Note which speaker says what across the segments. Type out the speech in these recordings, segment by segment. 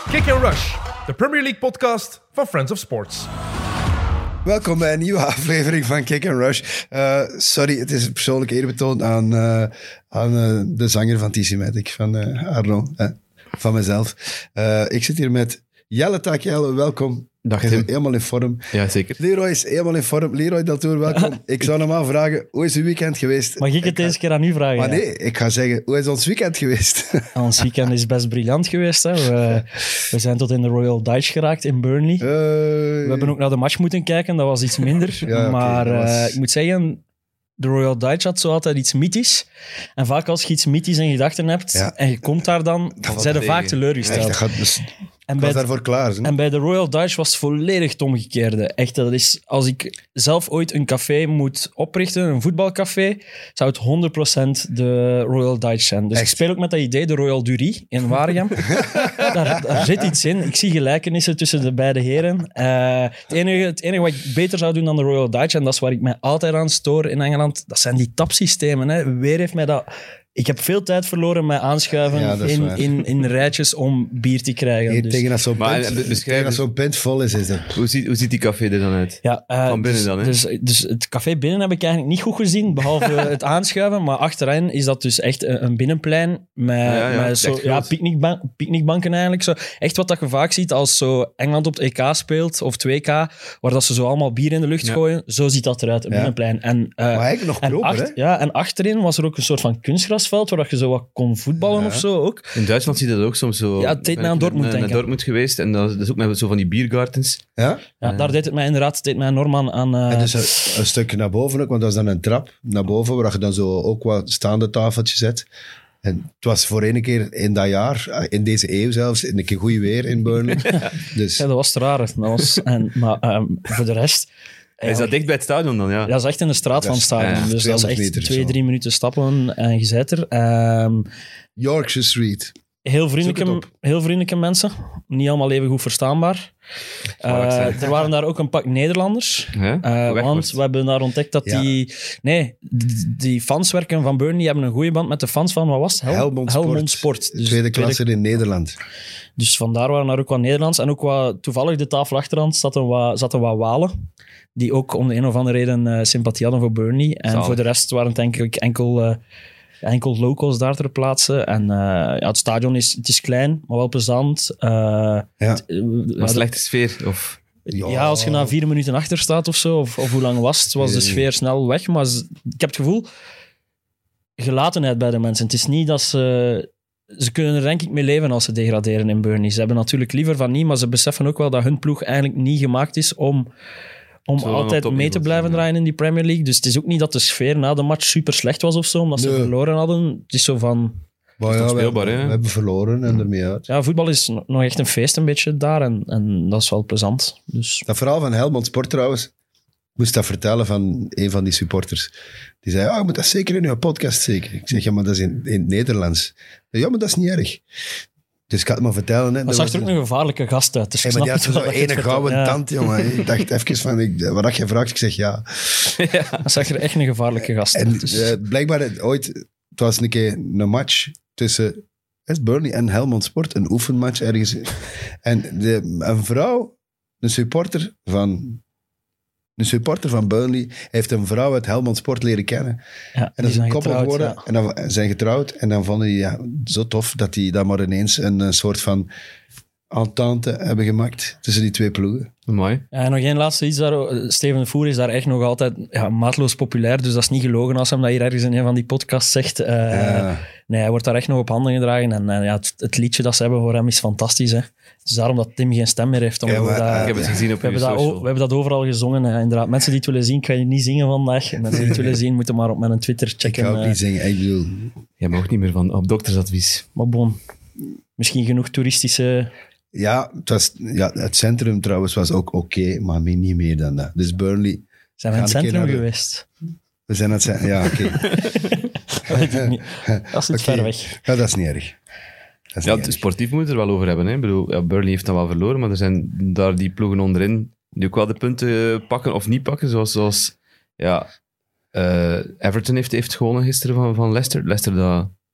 Speaker 1: Kick and Rush, de Premier League podcast van Friends of Sports.
Speaker 2: Welkom bij een nieuwe aflevering van Kick and Rush. Sorry, het is een persoonlijk eerbetoon aan de zanger van TC Matic, van Arno, van mezelf. Ik zit hier met Jelle Takiel, welkom.
Speaker 3: Dag
Speaker 2: Je
Speaker 3: Tim.
Speaker 2: bent helemaal in vorm.
Speaker 3: Ja, zeker.
Speaker 2: Leroy is helemaal in vorm. Leroy Deltour, welkom. Ik zou normaal vragen, hoe is uw weekend geweest?
Speaker 4: Mag ik het deze keer aan u vragen?
Speaker 2: Maar nee, ik ga zeggen, hoe is ons weekend geweest?
Speaker 4: Ons weekend is best briljant geweest. Hè. We zijn tot in de Royal Dutch geraakt in Burnley. We hebben ook naar de match moeten kijken, dat was iets minder.
Speaker 2: Ja, oké,
Speaker 4: maar
Speaker 2: dat was-
Speaker 4: ik moet zeggen, de Royal Dutch had zo altijd iets mythisch. En vaak als je iets mythisch in gedachten hebt
Speaker 2: Ja.
Speaker 4: en je komt daar dan,
Speaker 3: valt
Speaker 4: zijn er
Speaker 3: tegen.
Speaker 4: vaak
Speaker 2: Echt,
Speaker 4: teleurgesteld.
Speaker 2: dat gaat, dus,
Speaker 4: En
Speaker 2: ik
Speaker 4: bij,
Speaker 2: was daarvoor klaar. Hè?
Speaker 4: en bij de Royal Dutch was het volledig het omgekeerde. Echt, dat is, als ik zelf ooit een café moet oprichten, een voetbalcafé, zou het 100% de Royal Dutch zijn. Dus
Speaker 2: Echt?
Speaker 4: ik speel ook met dat idee, de Royal Durie in Waregem. daar zit iets in. Ik zie gelijkenissen tussen de beide heren. Het enige wat ik beter zou doen dan de Royal Dutch, en dat is waar ik mij altijd aan stoor in Engeland, dat zijn die tapsystemen. Hè. Weer heeft mij dat... Ik heb veel tijd verloren met aanschuiven
Speaker 2: Ja, dat is waar.
Speaker 4: in rijtjes om bier te krijgen.
Speaker 2: Hier,
Speaker 4: Dus-
Speaker 2: tegen dat zo'n
Speaker 3: Maar,
Speaker 2: punt,
Speaker 3: beschrijf
Speaker 2: tegen dat
Speaker 3: eens-
Speaker 2: zo'n punt vol is dat.
Speaker 3: Hoe ziet die café er dan uit?
Speaker 4: Ja,
Speaker 3: Van binnen
Speaker 4: dus,
Speaker 3: dan, hè?
Speaker 4: Dus het café binnen heb ik eigenlijk niet goed gezien, behalve het aanschuiven. Maar achterin is dat dus echt een binnenplein met,
Speaker 3: Ja,
Speaker 4: met zo,
Speaker 3: echt
Speaker 4: ja,
Speaker 3: groot.
Speaker 4: picknickbanken eigenlijk. Zo. Echt wat dat je vaak ziet als zo Engeland op het EK speelt, of 2K, waar dat ze zo allemaal bier in de lucht
Speaker 3: Ja.
Speaker 4: gooien. Zo ziet dat eruit, een
Speaker 2: Ja.
Speaker 4: binnenplein. En,
Speaker 2: Maar eigenlijk nog proper, hè?
Speaker 4: ja, en achterin was er ook een soort van kunstgrasveld, waar dat je zo wat kon voetballen
Speaker 2: Ja.
Speaker 4: of zo ook.
Speaker 3: In Duitsland zie je dat ook soms zo.
Speaker 4: Ja, het deed mij aan Dortmund
Speaker 3: naar
Speaker 4: denken.
Speaker 3: Dortmund geweest en dat is ook met zo van die biergardens.
Speaker 2: Ja?
Speaker 4: Ja, daar deed het mij inderdaad enorm aan...
Speaker 2: En dus een stukje naar boven ook, want dat is dan een trap naar boven, waar je dan zo ook wat staande tafeltjes zet. En het was voor één keer in dat jaar, in deze eeuw zelfs, in een keer goed weer in Burnley. Dus
Speaker 4: Ja, dat was het rare. Dat was, maar voor de rest...
Speaker 3: Is dat dicht bij het stadion dan? Ja.
Speaker 4: Ja, dat is echt in de straat van het stadion.
Speaker 3: ja,
Speaker 4: Dus dat is
Speaker 2: 200
Speaker 4: echt
Speaker 2: meter
Speaker 4: 2-3
Speaker 2: zo.
Speaker 4: minuten stappen en je zit er.
Speaker 2: Yorkshire Street.
Speaker 4: Heel
Speaker 2: Zoek het op.
Speaker 4: vriendelijke mensen. Niet allemaal even goed verstaanbaar.
Speaker 3: Gevaarlijk zijn.
Speaker 4: Er waren daar ook een pak Nederlanders.
Speaker 3: Hè?
Speaker 4: Want
Speaker 3: Weghorst.
Speaker 4: we hebben daar ontdekt dat
Speaker 2: Ja.
Speaker 4: die fanswerken van Burnley hebben een goede band met de fans van, wat was het? Helmond Sport. Dus
Speaker 2: Tweede klasse in Nederland.
Speaker 4: Dus vandaar waren er ook wat Nederlands. En ook wat, toevallig de tafel achter ons zaten wat Walen. Die ook om de een of andere reden sympathie hadden voor Burnley. En
Speaker 3: Zalig.
Speaker 4: voor de rest waren het denk ik enkel locals daar ter plaatse. En het stadion is klein, maar wel plezant.
Speaker 2: Ja.
Speaker 3: Maar slechte sfeer. Of...
Speaker 4: Ja, als je na 4 minuten achter staat of zo, of hoe lang was het, was de sfeer snel weg. Maar ik heb het gevoel, gelatenheid bij de mensen. Het is niet dat ze kunnen er denk ik mee leven als ze degraderen in Burnley. Ze hebben natuurlijk liever van niet, maar ze beseffen ook wel dat hun ploeg eigenlijk niet gemaakt is om
Speaker 3: lang op
Speaker 4: altijd
Speaker 3: topniveau
Speaker 4: mee te
Speaker 3: te
Speaker 4: blijven
Speaker 3: zijn, ja.
Speaker 4: draaien in die Premier League. Dus het is ook niet dat de sfeer na de match super slecht was of zo, omdat ze
Speaker 2: Nee.
Speaker 4: verloren hadden. Het is zo van...
Speaker 2: Maar
Speaker 3: toch
Speaker 2: ja,
Speaker 3: speelbaar, hè?
Speaker 2: we hebben verloren en ermee uit.
Speaker 4: Ja, voetbal is nog echt een feest een beetje daar en dat is wel plezant. Dus
Speaker 2: Dat verhaal van Helmond Sport trouwens, ik moest dat vertellen van een van die supporters. Die zei, je moet dat zeker in je podcast zeker. Ik zeg, ja, maar dat is in het Nederlands. Ja, maar dat is niet erg. Dus ik had het maar vertellen. Hè.
Speaker 4: maar zag er ook een gevaarlijke gast uit. Dus
Speaker 2: Hey,
Speaker 4: ik
Speaker 2: maar die
Speaker 4: snap
Speaker 2: had
Speaker 4: het
Speaker 2: zo'n
Speaker 4: wel dat je
Speaker 2: ene
Speaker 4: het vertelt.
Speaker 2: gouden
Speaker 4: Ja.
Speaker 2: tand, jongen. Ik dacht even van, wat je vraagt, ik zeg ja.
Speaker 4: Dat zag er echt een gevaarlijke gast
Speaker 2: En
Speaker 4: uit. Dus,
Speaker 2: blijkbaar, het was een keer een match tussen Burnley en Helmond Sport, een oefenmatch ergens. En een vrouw, een supporter van Burnley, heeft een vrouw uit Helmond Sport leren kennen.
Speaker 4: ja,
Speaker 2: En dat
Speaker 4: die
Speaker 2: is een
Speaker 4: zijn
Speaker 2: koppel
Speaker 4: getrouwd,
Speaker 2: geworden.
Speaker 4: ja.
Speaker 2: En dan zijn getrouwd. En dan vonden die zo tof dat die dan maar ineens een soort van entente hebben gemaakt tussen die twee ploegen.
Speaker 3: Mooi.
Speaker 4: Ja, en nog één laatste iets daar. Steven de Voer is daar echt nog altijd maatloos populair, dus dat is niet gelogen als hij dat hier ergens in een van die podcasts zegt. Nee, hij wordt daar echt nog op handen gedragen en het liedje dat ze hebben voor hem is fantastisch. Hè. Dus daarom dat Tim geen stem meer heeft.
Speaker 2: Ja, maar,
Speaker 3: Ik heb het gezien op
Speaker 4: we
Speaker 3: je
Speaker 4: hebben
Speaker 3: social.
Speaker 4: we hebben dat overal gezongen. Inderdaad. Mensen die het willen zien, kan je niet zingen vandaag. Mensen die het willen zien, moeten maar op mijn Twitter
Speaker 2: Ik
Speaker 4: checken.
Speaker 2: ga ook niet zingen. Ik bedoel,
Speaker 3: Je mag niet meer van op doktersadvies.
Speaker 4: Maar bon, misschien genoeg toeristische...
Speaker 2: het centrum trouwens was ook oké, maar niet meer dan dat. Dus Burnley,
Speaker 4: Zijn we in het
Speaker 2: Ga een keer
Speaker 4: centrum
Speaker 2: naar de-
Speaker 4: geweest?
Speaker 2: we zijn het centrum. Ja, oké.
Speaker 4: Dat weet ik niet. Dat is iets
Speaker 2: Oké.
Speaker 4: ver weg.
Speaker 2: Ja, dat is niet erg. Dat is
Speaker 3: Ja,
Speaker 2: niet erg.
Speaker 3: sportief moeten we het er wel over hebben. Hè. Ik bedoel, Burnley heeft dan wel verloren, maar er zijn daar die ploegen onderin die ook wel de punten pakken of niet pakken. Zoals Everton heeft gewonnen gisteren van Leicester. Leicester dat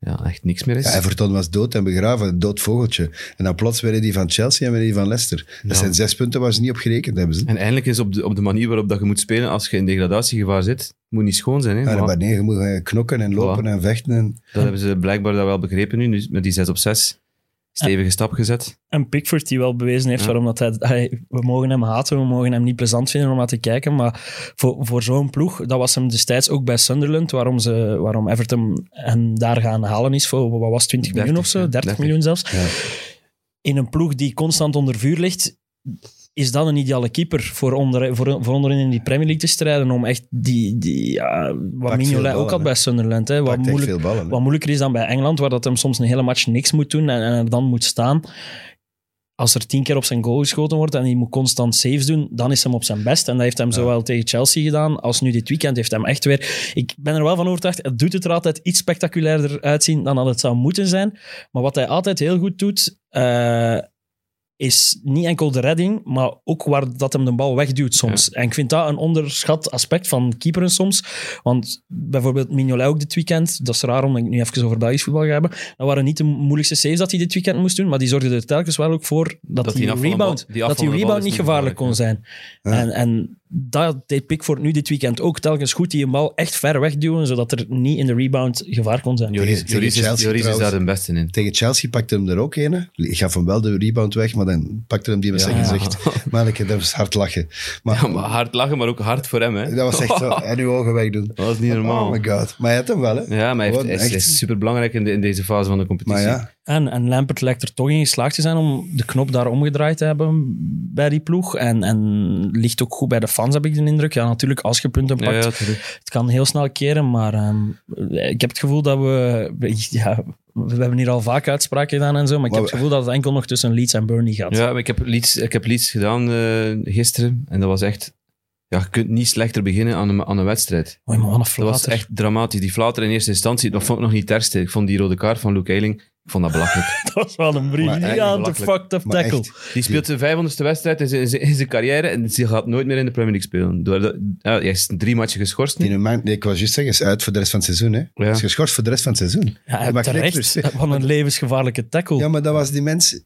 Speaker 3: echt niks meer is.
Speaker 2: Ja, Everton was dood en begraven, een dood vogeltje. En dan plots werden die van Chelsea en werden die van Leicester. Dat zijn 6 punten waar ze niet op gerekend hebben. Ze.
Speaker 3: En eindelijk is op de manier waarop dat je moet spelen, als je in degradatiegevaar zit, moet niet schoon zijn. Hè?
Speaker 2: Ja,
Speaker 3: Maar
Speaker 2: maar nee, je moet knokken en lopen en vechten. En...
Speaker 3: dat hebben ze blijkbaar wel begrepen nu met die 6-op-6. Stevige stap gezet.
Speaker 4: En Pickford die wel bewezen heeft waarom dat we mogen hem haten, we mogen hem niet plezant vinden om naar te kijken, maar voor zo'n ploeg, dat was hem destijds ook bij Sunderland, waarom Everton hem daar gaan halen is voor, wat was 20 miljoen of zo? 30 miljoen zelfs. Ja. In een ploeg die constant onder vuur ligt, is dat een ideale keeper voor onderin in die Premier League te strijden, om echt wat Mignolet ook had bij Sunderland. Hè, wat moeilijker is dan bij Engeland, waar dat hem soms een hele match niks moet doen en er dan moet staan. Als er 10 keer op zijn goal geschoten wordt en hij moet constant saves doen, dan is hem op zijn best. En dat heeft hem zowel tegen Chelsea gedaan, als nu dit weekend heeft hem echt weer... Ik ben er wel van overtuigd, het doet het er altijd iets spectaculairder uitzien dan dat het zou moeten zijn. Maar wat hij altijd heel goed doet... is niet enkel de redding, maar ook waar dat hem de bal wegduwt soms. Ja. En ik vind dat een onderschat aspect van keeperen soms. Want bijvoorbeeld Mignolet ook dit weekend, dat is raar omdat ik nu even over Belgisch voetbal ga hebben, dat waren niet de moeilijkste saves dat hij dit weekend moest doen, maar die zorgde er telkens wel ook voor dat die rebound niet gevaarlijk kon zijn. Ja. En dat deed Pickford nu dit weekend ook telkens goed, die een bal echt ver wegduwen, zodat er niet in de rebound gevaar kon zijn.
Speaker 3: Joris is daar de beste in.
Speaker 2: Tegen Chelsea pakte hem er ook een. Ik gaf hem wel de rebound weg, maar dan pakte hem die met zijn gezicht. Maar dat was hard lachen. Maar
Speaker 3: hard lachen, maar ook hard voor hem. Hè?
Speaker 2: Dat was echt zo. En uw ogen wegdoen.
Speaker 3: Dat was niet normaal.
Speaker 2: Oh my god. Maar hij had hem wel, hè?
Speaker 3: Ja, maar hij is superbelangrijk in deze fase van de competitie.
Speaker 2: Maar ja.
Speaker 4: En Lampert lijkt er toch in geslaagd te zijn om de knop daar omgedraaid te hebben bij die ploeg. En ligt ook goed bij de fans, heb ik de indruk. Ja, natuurlijk, als je punten pakt, het kan heel snel keren. Maar ik heb het gevoel dat we hebben hier al vaak uitspraken gedaan en zo, maar ik heb het gevoel dat het enkel nog tussen Leeds en Burnley gaat.
Speaker 3: Ja, ik heb Leeds gedaan gisteren en dat was echt... Ja, je kunt niet slechter beginnen aan een wedstrijd.
Speaker 4: Dat
Speaker 3: was echt dramatisch. Die flater in eerste instantie, dat vond ik nog niet het ergste. Ik vond die rode kaart van Luke Ayling, ik vond dat belachelijk.
Speaker 4: Dat was wel een briljante fucked up tackle.
Speaker 3: Echt, die speelt zijn 500ste wedstrijd in zijn carrière en die gaat nooit meer in de Premier League spelen. Hij is 3 matchen geschorst.
Speaker 2: Ik was juist zeggen, is uit voor de rest van het seizoen. Hè? Hij is geschorst voor de rest van het seizoen.
Speaker 4: Ja, terecht, van een levensgevaarlijke tackle.
Speaker 2: Ja, maar dat was die mensen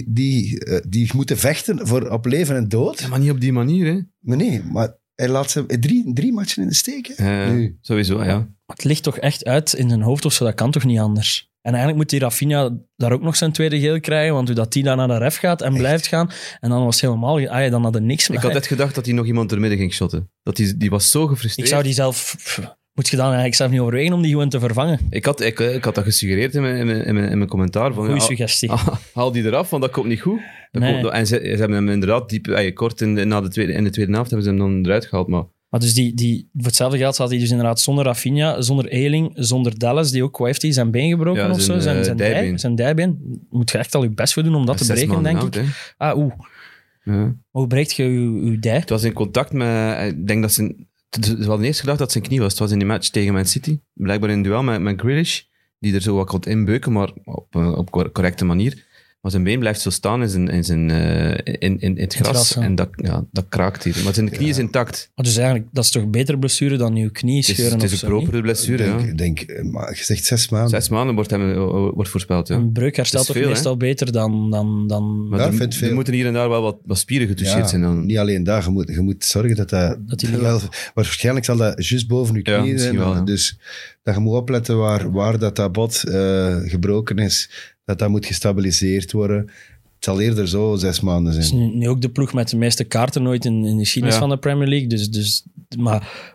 Speaker 2: die moeten vechten voor op leven en dood.
Speaker 3: Ja, maar niet op die manier, hè?
Speaker 2: Maar nee, maar hij laat ze 3 matchen in de steek.
Speaker 3: Sowieso, ja.
Speaker 4: Het ligt toch echt uit in zijn hoofd of zo, dat kan toch niet anders? En eigenlijk moet die Rafinha daar ook nog zijn tweede geel krijgen, want hoe dat die daar naar de ref gaat en blijft gaan, en dan was het helemaal... dan had er niks meer.
Speaker 3: Ik had net gedacht dat hij nog iemand er midden ging shotten. Die was zo gefrustreerd.
Speaker 4: Ik zou die zelf... Moet je dan eigenlijk zelf niet overwegen om die gewoon te vervangen?
Speaker 3: Ik had dat gesuggereerd in mijn commentaar.
Speaker 4: Goeie suggestie.
Speaker 3: Haal die eraf, want dat komt niet goed. En ze hebben hem inderdaad kort in de tweede helft hebben ze hem dan eruit gehaald, maar
Speaker 4: dus die voor hetzelfde geld zat hij dus inderdaad zonder Rafinha, zonder Ayling, zonder Dallas, die ook, wat heeft hij, zijn been gebroken of zo? Zijn dijbeen. Moet je echt al je best voor doen om dat te breken, denk ik. Ja. Hoe breekt je je dij?
Speaker 3: Het was in contact met... Ik denk dat ze hadden eerst gedacht dat zijn knie was. Het was in die match tegen Man City. Blijkbaar in een duel met Grealish, die er zo wat kon inbeuken, maar op correcte manier. Maar zijn been blijft zo staan in het gras. En dat kraakt hier. Maar zijn knie is intact.
Speaker 4: Dus eigenlijk, dat is toch beter blessure dan uw knie scheuren?
Speaker 3: Het is een propere blessure,
Speaker 2: Ik denk, maar je zegt 6 maanden.
Speaker 3: 6 maanden wordt voorspeld, ja.
Speaker 4: Een breuk herstelt toch meestal beter dan...
Speaker 3: Maar er moeten hier en daar wel wat spieren getoucheerd zijn. Dan.
Speaker 2: Niet alleen daar. Je moet zorgen dat wel, waarschijnlijk zal dat juist boven je knie zijn. Wel, dus dat je moet opletten waar dat bot gebroken is. Dat moet gestabiliseerd worden. Het zal eerder zo 6 maanden zijn.
Speaker 4: Het is nu ook de ploeg met de meeste kaarten nooit in de geschiedenis van de Premier League. Maar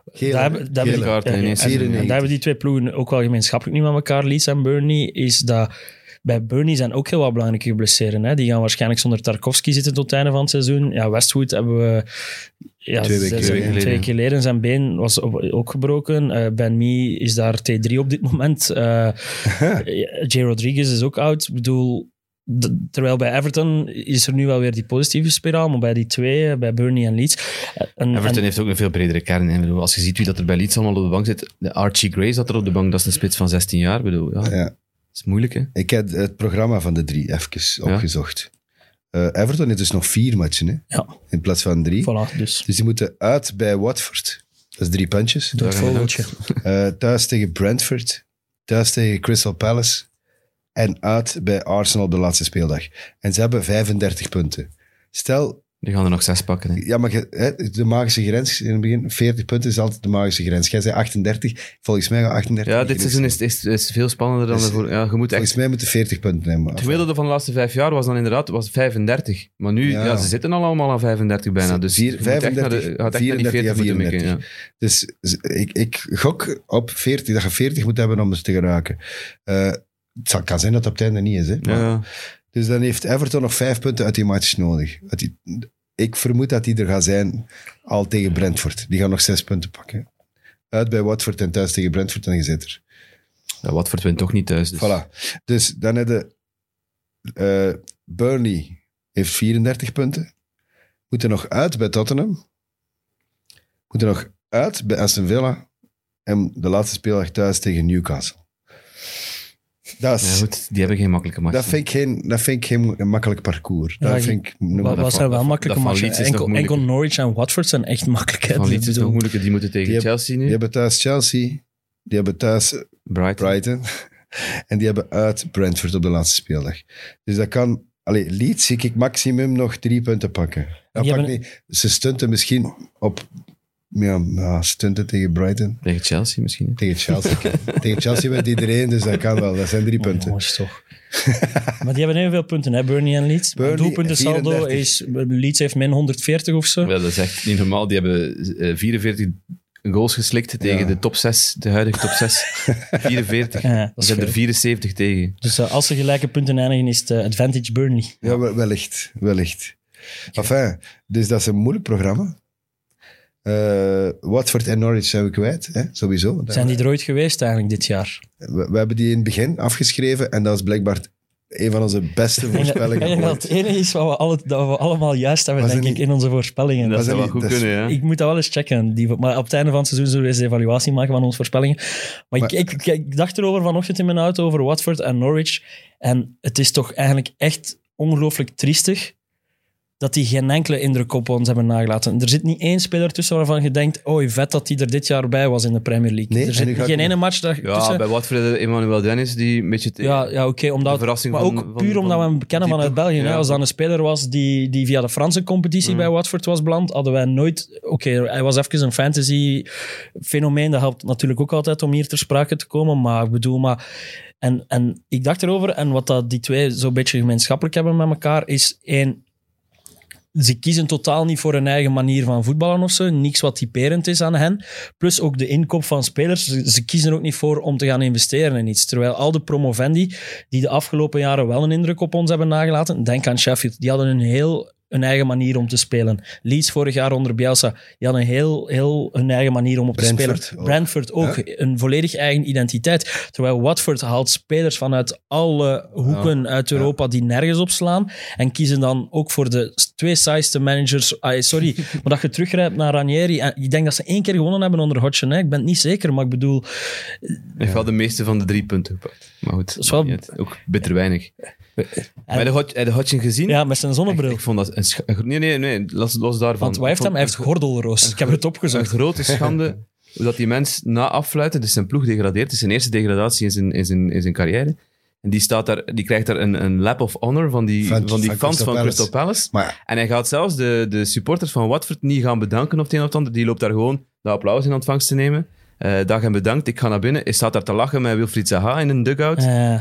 Speaker 4: daar hebben die 2 ploegen ook wel gemeenschappelijk niet met elkaar, Leeds en Burnley, is dat bij Burnley zijn ook heel wat belangrijke geblesseerd. Hè? Die gaan waarschijnlijk zonder Tarkowski zitten tot het einde van het seizoen. Ja, Westwood hebben we...
Speaker 2: 2 weken
Speaker 4: geleden. Zijn been was ook gebroken. Ben Mee is daar T3 op dit moment. Jay Rodriguez is ook oud. Ik bedoel, terwijl bij Everton is er nu wel weer die positieve spiraal, maar bij die 2, bij Burnley en Leeds...
Speaker 3: Everton heeft ook een veel bredere kern. Hè. Bedoel, als je ziet wie dat er bij Leeds allemaal op de bank zit, de Archie Gray zat er op de bank, dat is een spits van 16 jaar. Bedoel, ja. Dat is moeilijk, hè?
Speaker 2: Ik heb het programma van de 3 even opgezocht. Everton heeft dus nog 4 matchen, hè?
Speaker 4: Ja.
Speaker 2: In plaats van 3.
Speaker 4: Voilà, dus
Speaker 2: die moeten uit bij Watford. Dat is 3 puntjes.
Speaker 4: Door het vogeltje.
Speaker 2: Thuis tegen Brentford. thuis tegen Crystal Palace en uit bij Arsenal op de laatste speeldag. En ze hebben 35 punten. Stel...
Speaker 3: Die gaan er nog 6 pakken. Hè.
Speaker 2: Ja, maar de magische grens in het begin, 40 punten is altijd de magische grens. Jij zei 38, volgens mij gaan 38.
Speaker 3: Ja, dit seizoen is veel spannender dan ervoor. Ja, je moet echt...
Speaker 2: Volgens mij moeten 40 punten nemen.
Speaker 3: Het gemiddelde van de laatste 5 jaar was dan inderdaad 35. Maar nu, ze zitten al allemaal aan 35 bijna. Dus
Speaker 2: 35,
Speaker 3: gaat echt naar die 40 moeten mikken. Ja.
Speaker 2: Dus ik gok op 40, dat je 40 moet hebben om eens te geraken. Het kan zijn dat het op het einde niet is. Hè, maar,
Speaker 3: Ja.
Speaker 2: Dus dan heeft Everton nog 5 punten uit die match nodig. Ik vermoed dat die er gaat zijn al tegen Brentford. Die gaan nog 6 punten pakken. Uit bij Watford en thuis tegen Brentford en je zit er.
Speaker 3: Ja, Watford wint toch niet thuis. Dus.
Speaker 2: Voilà. Dus dan heb je Burnley heeft 34 punten. Moeten nog uit bij Tottenham. Moeten nog uit bij Aston Villa. En de laatste speeldag thuis tegen Newcastle. Dat is,
Speaker 3: Ja, goed, die hebben geen makkelijke match.
Speaker 2: dat vind ik geen makkelijk parcours.
Speaker 4: Ja,
Speaker 2: Dat vind ik...
Speaker 4: Wat zijn wel makkelijke
Speaker 3: van
Speaker 4: matchen?
Speaker 3: Leeds is nog
Speaker 4: Enkel
Speaker 3: moeilijker.
Speaker 4: Norwich en Watford zijn echt makkelijk. hè.
Speaker 3: Van Leeds is
Speaker 4: Ik
Speaker 3: nog
Speaker 4: bedoel,
Speaker 3: moeilijker. Die moeten tegen
Speaker 2: Die
Speaker 3: Chelsea nu.
Speaker 2: Die hebben thuis Chelsea. Die hebben thuis
Speaker 3: Brighton.
Speaker 2: Brighton. En die hebben uit Brentford op de laatste speeldag. Dus dat kan... Leeds zie ik maximum nog 3 punten pakken. Dat
Speaker 4: Die
Speaker 2: pakt
Speaker 4: hebben-
Speaker 2: niet. Ze stunten misschien op... Ja, stunten tegen Brighton.
Speaker 3: Tegen Chelsea misschien. Hè.
Speaker 2: Tegen Chelsea. Tegen Chelsea wint iedereen, dus dat kan wel. Dat zijn 3 punten.
Speaker 4: Jongens, toch. Maar die hebben heel veel punten, hè, Burnley en Leeds.
Speaker 2: Burnley,
Speaker 4: Doelpuntensaldo
Speaker 2: 34.
Speaker 4: is... Leeds heeft min 140 of zo.
Speaker 3: Ja, dat is echt niet normaal. Die hebben 44 goals geslikt tegen de top 6, de huidige top 6. 44.
Speaker 4: Ja, dat
Speaker 3: Ze
Speaker 4: is
Speaker 3: hebben er
Speaker 4: veel.
Speaker 3: 74 tegen.
Speaker 4: Dus als ze gelijke punten eindigen, is het advantage Burnley.
Speaker 2: Ja, wellicht. Enfin, dus dat is een moeilijk programma. Watford en Norwich zijn we kwijt, hè? Sowieso.
Speaker 4: Zijn die er ooit geweest eigenlijk dit jaar?
Speaker 2: We hebben die in het begin afgeschreven en dat is blijkbaar een van onze beste
Speaker 4: Ik denk
Speaker 2: voorspellingen
Speaker 4: dat
Speaker 2: ooit.
Speaker 4: het enige is wat dat we allemaal juist hebben,
Speaker 2: Was
Speaker 4: denk
Speaker 2: dat
Speaker 4: ik,
Speaker 2: niet-
Speaker 4: in onze voorspellingen.
Speaker 3: Dat
Speaker 2: is
Speaker 3: zou wel
Speaker 2: niet-
Speaker 3: goed
Speaker 2: dat is-
Speaker 3: kunnen, ja.
Speaker 4: Ik moet dat wel eens checken. Maar op het einde van het seizoen zullen we eens een evaluatie maken van onze voorspellingen. Maar ik dacht erover vanochtend in mijn auto over Watford en Norwich. En het is toch eigenlijk echt ongelooflijk triestig dat die geen enkele indruk op ons hebben nagelaten. Er zit niet één speler tussen waarvan je denkt, oh, vet dat die er dit jaar bij was in de Premier League.
Speaker 2: Nee,
Speaker 4: er
Speaker 2: en
Speaker 4: zit
Speaker 2: nu ga ik
Speaker 4: geen
Speaker 2: nog-
Speaker 4: ene match daar
Speaker 3: Ja,
Speaker 4: tussen.
Speaker 3: bij Watford Emmanuel Dennis, die een beetje...
Speaker 4: Ja, oké, omdat,
Speaker 3: de verrassing
Speaker 4: maar
Speaker 3: van-
Speaker 4: ook
Speaker 3: van-
Speaker 4: puur omdat we hem kennen
Speaker 3: die
Speaker 4: vanuit
Speaker 3: ploeg.
Speaker 4: België.
Speaker 3: Ja.
Speaker 4: Hè? Als dat een speler was die via de Franse competitie bij Watford was beland, hadden wij nooit... Oké, hij was even een fantasy-fenomeen. Dat helpt natuurlijk ook altijd om hier ter sprake te komen. Maar ik bedoel, En ik dacht erover, en wat dat die twee zo'n beetje gemeenschappelijk hebben met elkaar, is één... Ze kiezen totaal niet voor hun eigen manier van voetballen of zo. Niks wat typerend is aan hen. Plus ook de inkoop van spelers. Ze kiezen er ook niet voor om te gaan investeren in iets. Terwijl al de promovendi, die de afgelopen jaren wel een indruk op ons hebben nagelaten, denk aan Sheffield, die hadden een eigen manier om te spelen. Leeds vorig jaar onder Bielsa, die hadden heel hun eigen manier om op te
Speaker 2: Brentford
Speaker 4: spelen.
Speaker 2: ook.
Speaker 4: Brentford ook, een volledig eigen identiteit. Terwijl Watford haalt spelers vanuit alle hoeken uit Europa die nergens op slaan en kiezen dan ook voor de twee saaiste managers. Sorry, maar dat je teruggrijpt naar Ranieri. En ik denk dat ze 1 keer gewonnen hebben onder Hodgson. Hè. Ik ben het niet zeker, maar ik bedoel...
Speaker 3: Hij heeft wel de meeste van de 3 punten gepakt. Maar goed,
Speaker 4: is wel-
Speaker 3: ook bitter weinig. Maar heb je Hodgson gezien?
Speaker 4: Ja, met zijn zonnebril.
Speaker 3: Ik vond dat Nee, los daarvan.
Speaker 4: Want wat heeft hem? Hij heeft gordelroos. Ik heb het
Speaker 3: Een
Speaker 4: opgezocht.
Speaker 3: grote schande hoe dat die mens na affluiten, dus zijn ploeg degradeert, het is zijn eerste degradatie in zijn carrière. En die krijgt daar een lap of honor van die fans van Crystal Palace.
Speaker 2: Maar
Speaker 3: En hij gaat zelfs de supporters van Watford niet gaan bedanken of het een of het ander. Die loopt daar gewoon de applaus in ontvangst te nemen. Dag en bedankt, ik ga naar binnen. Hij staat daar te lachen met Wilfried Zaha in een dugout.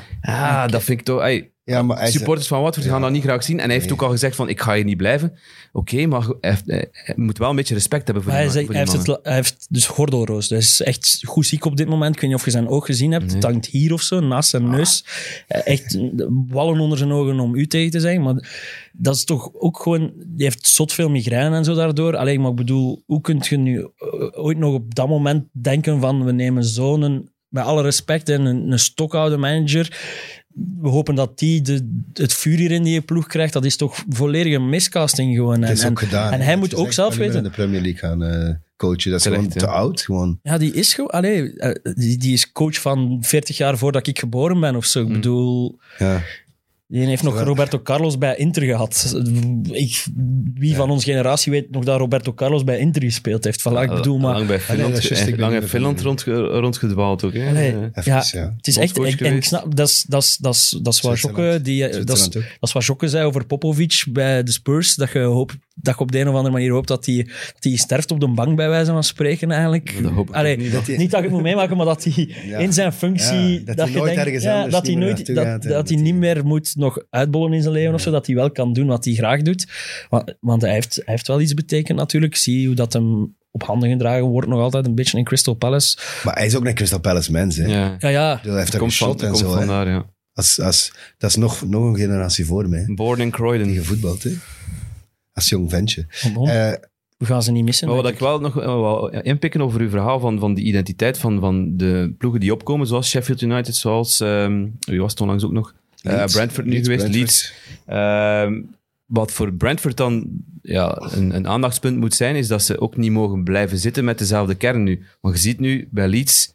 Speaker 3: Dat vind ik toch...
Speaker 2: ja, maar hij is-
Speaker 3: supporters van Watford gaan dat niet graag zien. En hij heeft ook al gezegd van, ik ga hier niet blijven. Oké, maar hij moet wel een beetje respect hebben voor
Speaker 4: Maar
Speaker 3: die
Speaker 4: hij,
Speaker 3: man-
Speaker 4: zegt,
Speaker 3: voor die mannen.
Speaker 4: hij heeft dus gordelroos. Dat is echt goed ziek op dit moment. Ik weet niet of je zijn oog gezien hebt. Het hangt hier of zo, naast zijn neus. Echt wallen onder zijn ogen om u tegen te zeggen. Maar dat is toch ook gewoon... Die heeft zot veel migraine en zo daardoor. Alleen, maar ik bedoel, hoe kun je nu ooit nog op dat moment denken van we nemen zo'n, met alle respect, een stokoude manager... We hopen dat die het vuur hier in die ploeg krijgt. Dat is toch volledig een miscasting gewoon.
Speaker 2: het is ook gedaan.
Speaker 4: En hij
Speaker 2: Het
Speaker 4: moet
Speaker 2: is
Speaker 4: ook
Speaker 2: echt
Speaker 4: zelf
Speaker 2: niet meer
Speaker 4: weten...
Speaker 2: in de Premier League gaan coachen. Dat is
Speaker 3: Terecht,
Speaker 2: gewoon
Speaker 3: ja.
Speaker 2: te oud. Gewoon.
Speaker 4: Ja, die is gewoon... die is coach van 40 jaar voordat ik geboren ben of zo. Ik bedoel...
Speaker 2: Ja.
Speaker 4: Die heeft nog Roberto Carlos bij Inter gehad. Wie van onze generatie weet nog dat Roberto Carlos bij Inter gespeeld heeft? Voilà, ik bedoel, maar...
Speaker 3: Lang bij Finland, lang in Finland rondgedwaald ook. Hè?
Speaker 4: Het is echt... En ik snap, dat is wat Jocke zei over Popovic bij de Spurs, dat je op de een of andere manier hoopt dat hij sterft op de bank, bij wijze van spreken, eigenlijk.
Speaker 3: Dat hoop ik
Speaker 4: niet dat ik het moet meemaken, maar dat hij in zijn functie...
Speaker 2: dat hij nooit ergens anders
Speaker 4: dat hij niet meer moet nog uitbollen in zijn leven of zo, dat hij wel kan doen wat hij graag doet. Want hij heeft wel iets betekend natuurlijk. Zie hoe dat hem op handen gedragen wordt, nog altijd een beetje in Crystal Palace.
Speaker 2: Maar hij is ook een Crystal Palace mens, hè.
Speaker 4: Ja.
Speaker 2: Hij heeft
Speaker 3: komt
Speaker 2: geschot en zo.
Speaker 3: Vandaar, ja.
Speaker 2: Dat is nog een generatie voor mij.
Speaker 3: Born in Croydon.
Speaker 2: Die gevoetbald, hè. Als jong ventje.
Speaker 4: We gaan ze niet missen.
Speaker 3: Maar wat ik wel nog wel inpikken over uw verhaal van die identiteit van de ploegen die opkomen, zoals Sheffield United, zoals... wie was het onlangs ook nog? Brentford nu geweest, Leeds. Wat voor Brentford dan een aandachtspunt moet zijn, is dat ze ook niet mogen blijven zitten met dezelfde kern nu. Want je ziet nu bij Leeds,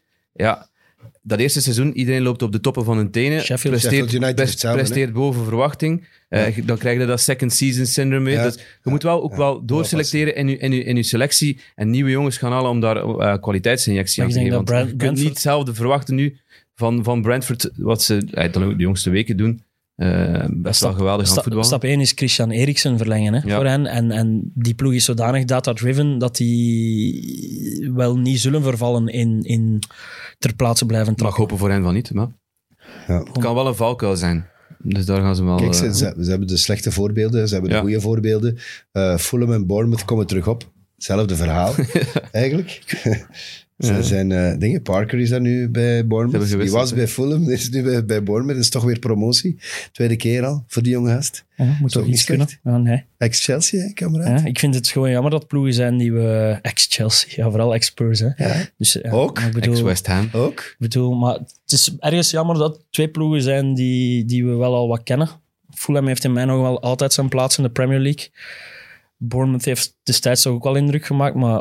Speaker 3: dat eerste seizoen, iedereen loopt op de toppen van hun tenen,
Speaker 2: Sheffield United
Speaker 3: presteert boven verwachting. Dan krijg je dat second season syndrome mee. Dus je moet wel ook wel doorselecteren in je selectie en nieuwe jongens gaan halen om daar kwaliteitsinjectie aan te geven. Want je kunt niet hetzelfde verwachten nu van Brentford, wat ze dan ook de jongste weken doen. Best wel geweldig aan voetbal.
Speaker 4: Stap 1 is Christian Eriksen verlengen voor hen. En die ploeg is zodanig data-driven dat die wel niet zullen vervallen in ter plaatse blijven
Speaker 3: Ik mag
Speaker 4: trappen.
Speaker 3: hopen voor hen van niet, maar het kan wel een valkuil zijn. Dus daar gaan ze wel...
Speaker 2: Kijk, ze hebben de slechte voorbeelden, ze hebben de goede voorbeelden. Fulham en Bournemouth komen terug op. Hetzelfde verhaal, eigenlijk. Ze zijn dingen. Parker is daar nu bij Bournemouth. Die was bij Fulham, is nu bij Bournemouth. Dat is toch weer promotie. Tweede keer al voor die jonge gast.
Speaker 4: Moet toch iets kunnen? Nee.
Speaker 2: Ex-Chelsea, hè, kameraad?
Speaker 4: Ja, ik vind het gewoon jammer dat ploegen zijn die we... Ex-Chelsea, vooral ex-Spurs. Dus,
Speaker 2: ook?
Speaker 3: Ex-West Ham.
Speaker 2: Ook?
Speaker 4: Ik bedoel, maar het is ergens jammer dat twee ploegen zijn die we wel al wat kennen. Fulham heeft in mijn ogen wel altijd zijn plaats in de Premier League. Bournemouth heeft destijds ook wel indruk gemaakt, maar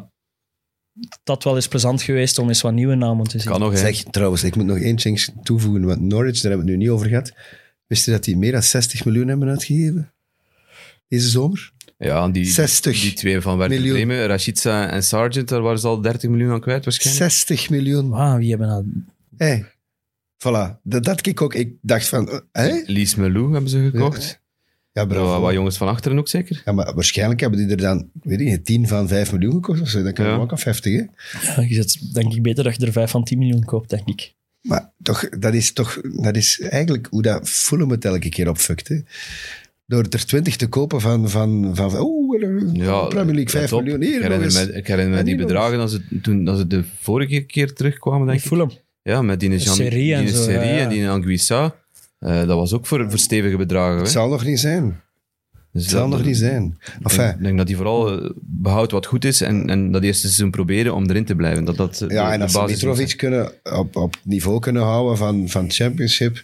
Speaker 4: dat wel eens plezant geweest om eens wat nieuwe namen te zien.
Speaker 3: Kan nog, hè.
Speaker 2: Zeg, trouwens, ik moet nog één ding toevoegen, want Norwich, daar hebben we het nu niet over gehad. Wist je dat die meer dan 60 miljoen hebben uitgegeven? Deze zomer?
Speaker 3: Ja, die
Speaker 2: 60
Speaker 3: die twee van Werder
Speaker 2: miljoen.
Speaker 3: Bremen, Rashica en Sargent, daar waren ze al 30 miljoen aan kwijt waarschijnlijk.
Speaker 2: 60 miljoen.
Speaker 4: Wauw, wie hebben dat...
Speaker 2: Hey, voilà. Dat ik ook. Ik dacht van...
Speaker 3: Lies Melou hebben ze gekocht.
Speaker 2: Ja, bravo.
Speaker 3: Wat jongens van achteren ook zeker.
Speaker 2: Ja, maar waarschijnlijk hebben die er dan, ik weet niet, 10 van 5 miljoen gekocht of zo. Dan kan je ook al 50, hè?
Speaker 4: Ja, je zet denk ik beter dat je er 5 van 10 miljoen koopt, denk ik.
Speaker 2: Maar dat is eigenlijk hoe dat Fulham het elke keer opfukt, hè? Door er 20 te kopen van Premier League 5 miljoen. Hier,
Speaker 3: ik herinner me die bedragen als ze de vorige keer terugkwamen, denk ik.
Speaker 4: Fulham.
Speaker 3: Ja, met die
Speaker 4: Serie en zo,
Speaker 3: en die Anguissa. Dat was ook voor stevige bedragen.
Speaker 2: Het zal nog niet zijn.
Speaker 3: Dus
Speaker 2: Het zal nog niet zijn.
Speaker 3: Ik denk dat hij vooral behoudt wat goed is en dat eerste seizoen proberen om erin te blijven.
Speaker 2: En als ze Mitrovic kunnen op niveau kunnen houden van Championship.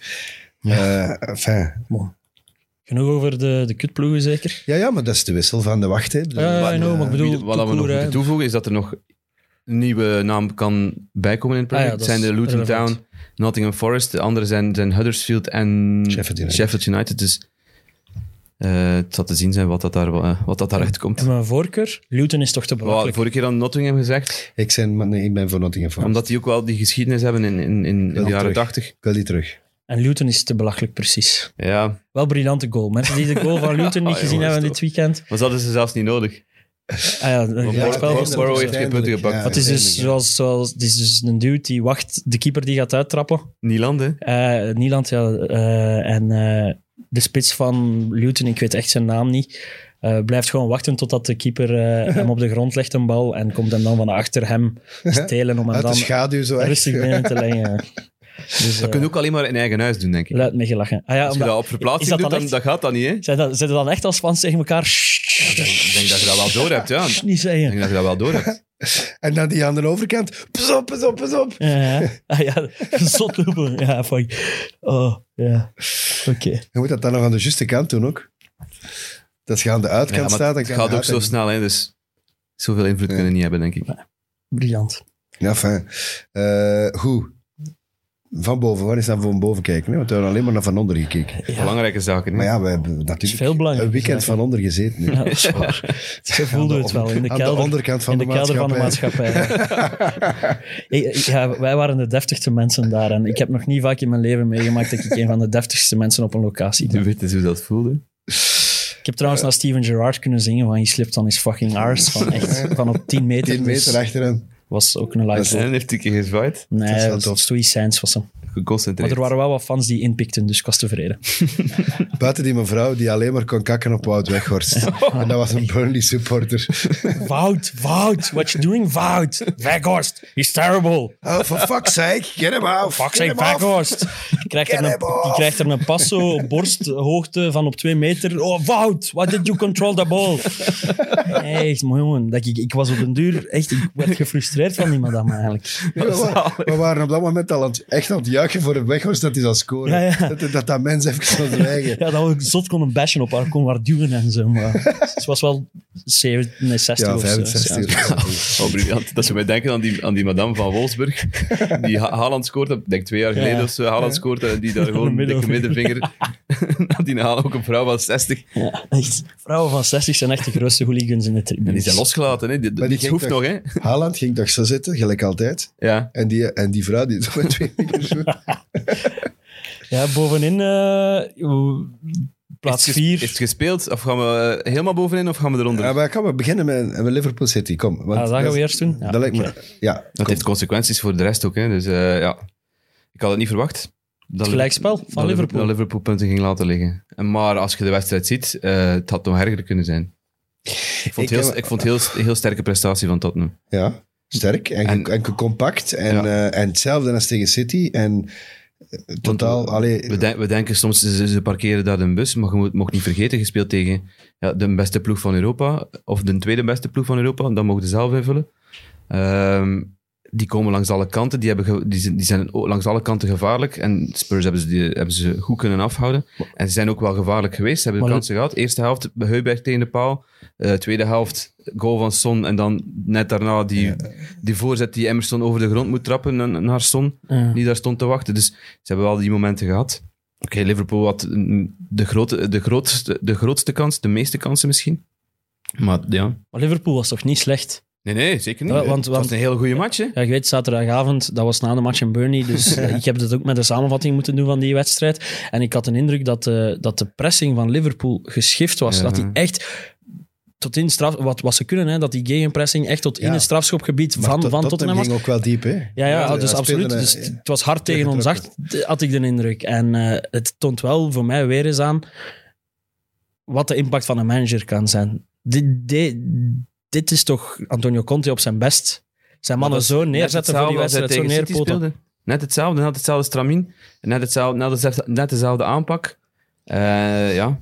Speaker 4: Genoeg over de kutploegen zeker?
Speaker 2: Ja, maar dat is de wissel van de wacht. Hè.
Speaker 4: Maar ik bedoel...
Speaker 3: Wat we nog moeten toevoegen is dat er nog een nieuwe naam kan bijkomen in het project. Het zijn de Luton Town, Nottingham Forest. De andere zijn Huddersfield en Sheffield United. Dus het zal te zien zijn wat dat daaruit komt.
Speaker 4: En mijn voorkeur? Luton is toch te belachelijk?
Speaker 3: Vorige keer aan Nottingham gezegd.
Speaker 2: Ik ben voor Nottingham Forest.
Speaker 3: Omdat die ook wel die geschiedenis hebben in de jaren 80.
Speaker 2: Ik wil die terug.
Speaker 4: En Luton is te belachelijk, precies.
Speaker 3: Ja.
Speaker 4: Wel briljante goal. Mensen die de goal van Luton niet gezien hebben dit weekend.
Speaker 3: Maar dat hadden ze zelfs niet nodig. Borough heeft geen punten gepakt.
Speaker 4: Het is dus het is dus een dude die wacht, de keeper die gaat uittrappen.
Speaker 3: Nieland, hè?
Speaker 4: Nieland, ja. En de spits van Luton, ik weet echt zijn naam niet, blijft gewoon wachten totdat de keeper hem op de grond legt, een bal, en komt hem dan van achter hem stelen om hem
Speaker 2: uit
Speaker 4: dan
Speaker 2: de schaduw zo
Speaker 4: rustig binnen te leggen. Dus,
Speaker 3: dat kun je ook alleen maar in eigen huis doen, denk ik.
Speaker 4: Luid mee gelachen.
Speaker 3: Als je dat op verplaatsing doet, dan gaat dat niet, hè?
Speaker 4: Zijn ze dan echt als fans tegen elkaar?
Speaker 3: Ik denk dat je dat wel door hebt, ja.
Speaker 4: Niet zeggen.
Speaker 3: Ik denk dat je dat wel door hebt.
Speaker 2: En dan die aan de overkant. Pas op, pas op, pas op.
Speaker 4: Ja. Zot lopen. Ja, fuck. Oh, ja. Oké.
Speaker 2: Je moet dat dan nog aan de juiste kant doen ook. Dat als je aan de uitkant staat...
Speaker 3: Het gaat ook zo snel, hè, dus zoveel invloed kunnen niet hebben, denk ik.
Speaker 4: Briljant.
Speaker 2: Ja, fijn. Goed. van boven. Waar is dat van boven kijken? Hè? Want we hebben alleen maar naar van onder gekeken.
Speaker 3: Belangrijke zaken. Hè?
Speaker 2: Maar ja, we hebben
Speaker 4: is
Speaker 2: natuurlijk
Speaker 4: veel belangrijker.
Speaker 2: een weekend van onder gezeten. Nu.
Speaker 4: Ja, dat is waar. Zo voelden we het wel in de
Speaker 2: Aan
Speaker 4: kelder.
Speaker 2: de onderkant van
Speaker 4: in de kelder van de maatschappij. Wij waren de deftigste mensen daar. En ik heb nog niet vaak in mijn leven meegemaakt dat ik een van de deftigste mensen op een locatie ben.
Speaker 3: Je weet eens hoe dat voelde.
Speaker 4: Ik heb trouwens naar Steven Gerrard kunnen zingen van He Slipped on His Fucking Arse. Van op 10 meter.
Speaker 2: 10 meter
Speaker 4: Dus
Speaker 2: achter hem.
Speaker 4: was ook een live.
Speaker 3: En heeft hij een keer gezwaaid.
Speaker 4: Nee,
Speaker 2: dat is wel
Speaker 4: dat
Speaker 2: tof.
Speaker 4: was stoïcijns was hem. Maar
Speaker 3: Geconcentreerd.
Speaker 4: er waren wel wat fans die inpikten, dus ik was tevreden.
Speaker 2: Buiten die mevrouw die alleen maar kon kakken op Wout Weghorst. En dat was een Burnley supporter.
Speaker 4: Wout, what you doing, Wout? Weghorst, he's terrible.
Speaker 2: Oh, for fuck's sake, get him out.
Speaker 4: Fuck
Speaker 2: Get
Speaker 4: say
Speaker 2: him off.
Speaker 4: Weghorst. Die krijgt er een passo op borsthoogte van op 2 meter. Oh, Wout, why did you control the ball? Nee, echt, maar jongen, ik was op een duur, echt, ik werd gefrustreerd van die madame eigenlijk.
Speaker 2: Ja, we waren op dat moment al echt aan het juichen voor een Weghorst dat hij zou scoren.
Speaker 4: Ja.
Speaker 2: Dat mens even zal zwijgen.
Speaker 4: Ja, dat we zot konden bashen op haar, kon haar duwen en zo. Maar het was wel 60
Speaker 2: Ja,
Speaker 4: of zo.
Speaker 2: 65.
Speaker 3: Oh, briljant. Dat ze mij denken aan die madame van Wolfsburg, die Haaland scoort, ik denk 2 jaar geleden of zo, Haaland scoort en die daar gewoon een dikke middenvinger... die Haaland ook een vrouw van 60.
Speaker 4: Ja, echt. Vrouwen van 60 zijn echt de grootste hooligans in de tribune.
Speaker 3: En die zijn losgelaten, hè.
Speaker 2: Maar die
Speaker 3: Die
Speaker 2: ging
Speaker 3: hoeft
Speaker 2: toch-
Speaker 3: nog, hè.
Speaker 2: Haaland ging toch zo zitten, gelijk altijd.
Speaker 3: Ja.
Speaker 2: En die vrouw die zo met 2 meter zo...
Speaker 4: Ja, bovenin plaats 4.
Speaker 3: Is het gespeeld? Of gaan we helemaal bovenin of gaan we eronder?
Speaker 2: Ja, maar kan we beginnen met Liverpool City, kom. Want
Speaker 4: Dat gaan we eerst doen. Ja,
Speaker 2: dat lijkt me...
Speaker 4: oké.
Speaker 2: Ja,
Speaker 3: Dat
Speaker 2: kom.
Speaker 3: heeft consequenties voor de rest ook, hè. Dus ja, ik had het niet verwacht.
Speaker 4: Het gelijkspel van Liverpool.
Speaker 3: Dat Liverpool punten ging laten liggen. Maar als je de wedstrijd ziet, het had nog erger kunnen zijn. Ik vond heel sterke prestatie van Tottenham.
Speaker 2: Ja, sterk en compact. En hetzelfde als tegen City. En totaal...
Speaker 3: We denken soms, ze parkeren daar een bus, maar je mocht niet vergeten, je speelt tegen de beste ploeg van Europa, of de tweede beste ploeg van Europa, dat mogen ze zelf invullen. Die komen langs alle kanten, die zijn langs alle kanten gevaarlijk. En Spurs hebben ze goed kunnen afhouden. En ze zijn ook wel gevaarlijk geweest, ze hebben de kansen gehad. Eerste helft, Heuberg tegen de paal. Tweede helft, goal van Son. En dan net daarna die voorzet die Emerson over de grond moet trappen naar Son, die daar stond te wachten. Dus ze hebben wel die momenten gehad. Oké, Liverpool had de grootste kans, de meeste kansen misschien. Maar ja...
Speaker 4: Maar Liverpool was toch niet slecht?
Speaker 3: Nee, zeker niet.
Speaker 4: Ja, want-
Speaker 3: het was een hele goede match, hè?
Speaker 4: Ja, je weet, zaterdagavond, dat was na de match in Burnley, dus ik heb dat ook met de samenvatting moeten doen van die wedstrijd. En ik had een indruk dat de pressing van Liverpool geschift was.
Speaker 3: Ja.
Speaker 4: Dat die echt tot in straf... Wat ze kunnen, hè, dat die gegenpressing echt tot in het strafschopgebied van Tottenham was.
Speaker 2: ging ook wel diep, hè?
Speaker 4: Ja, dus
Speaker 2: hij
Speaker 4: absoluut.
Speaker 2: speelde,
Speaker 4: Dus het was hard tegen ons zacht, had ik de indruk. En het toont wel voor mij weer eens aan wat de impact van een manager kan zijn. Dit is toch Antonio Conte op zijn best. Zijn mannen zo neerzetten voor die wedstrijd, zo neerpoten.
Speaker 3: Net hetzelfde stramien. Net dezelfde aanpak.
Speaker 2: Ja,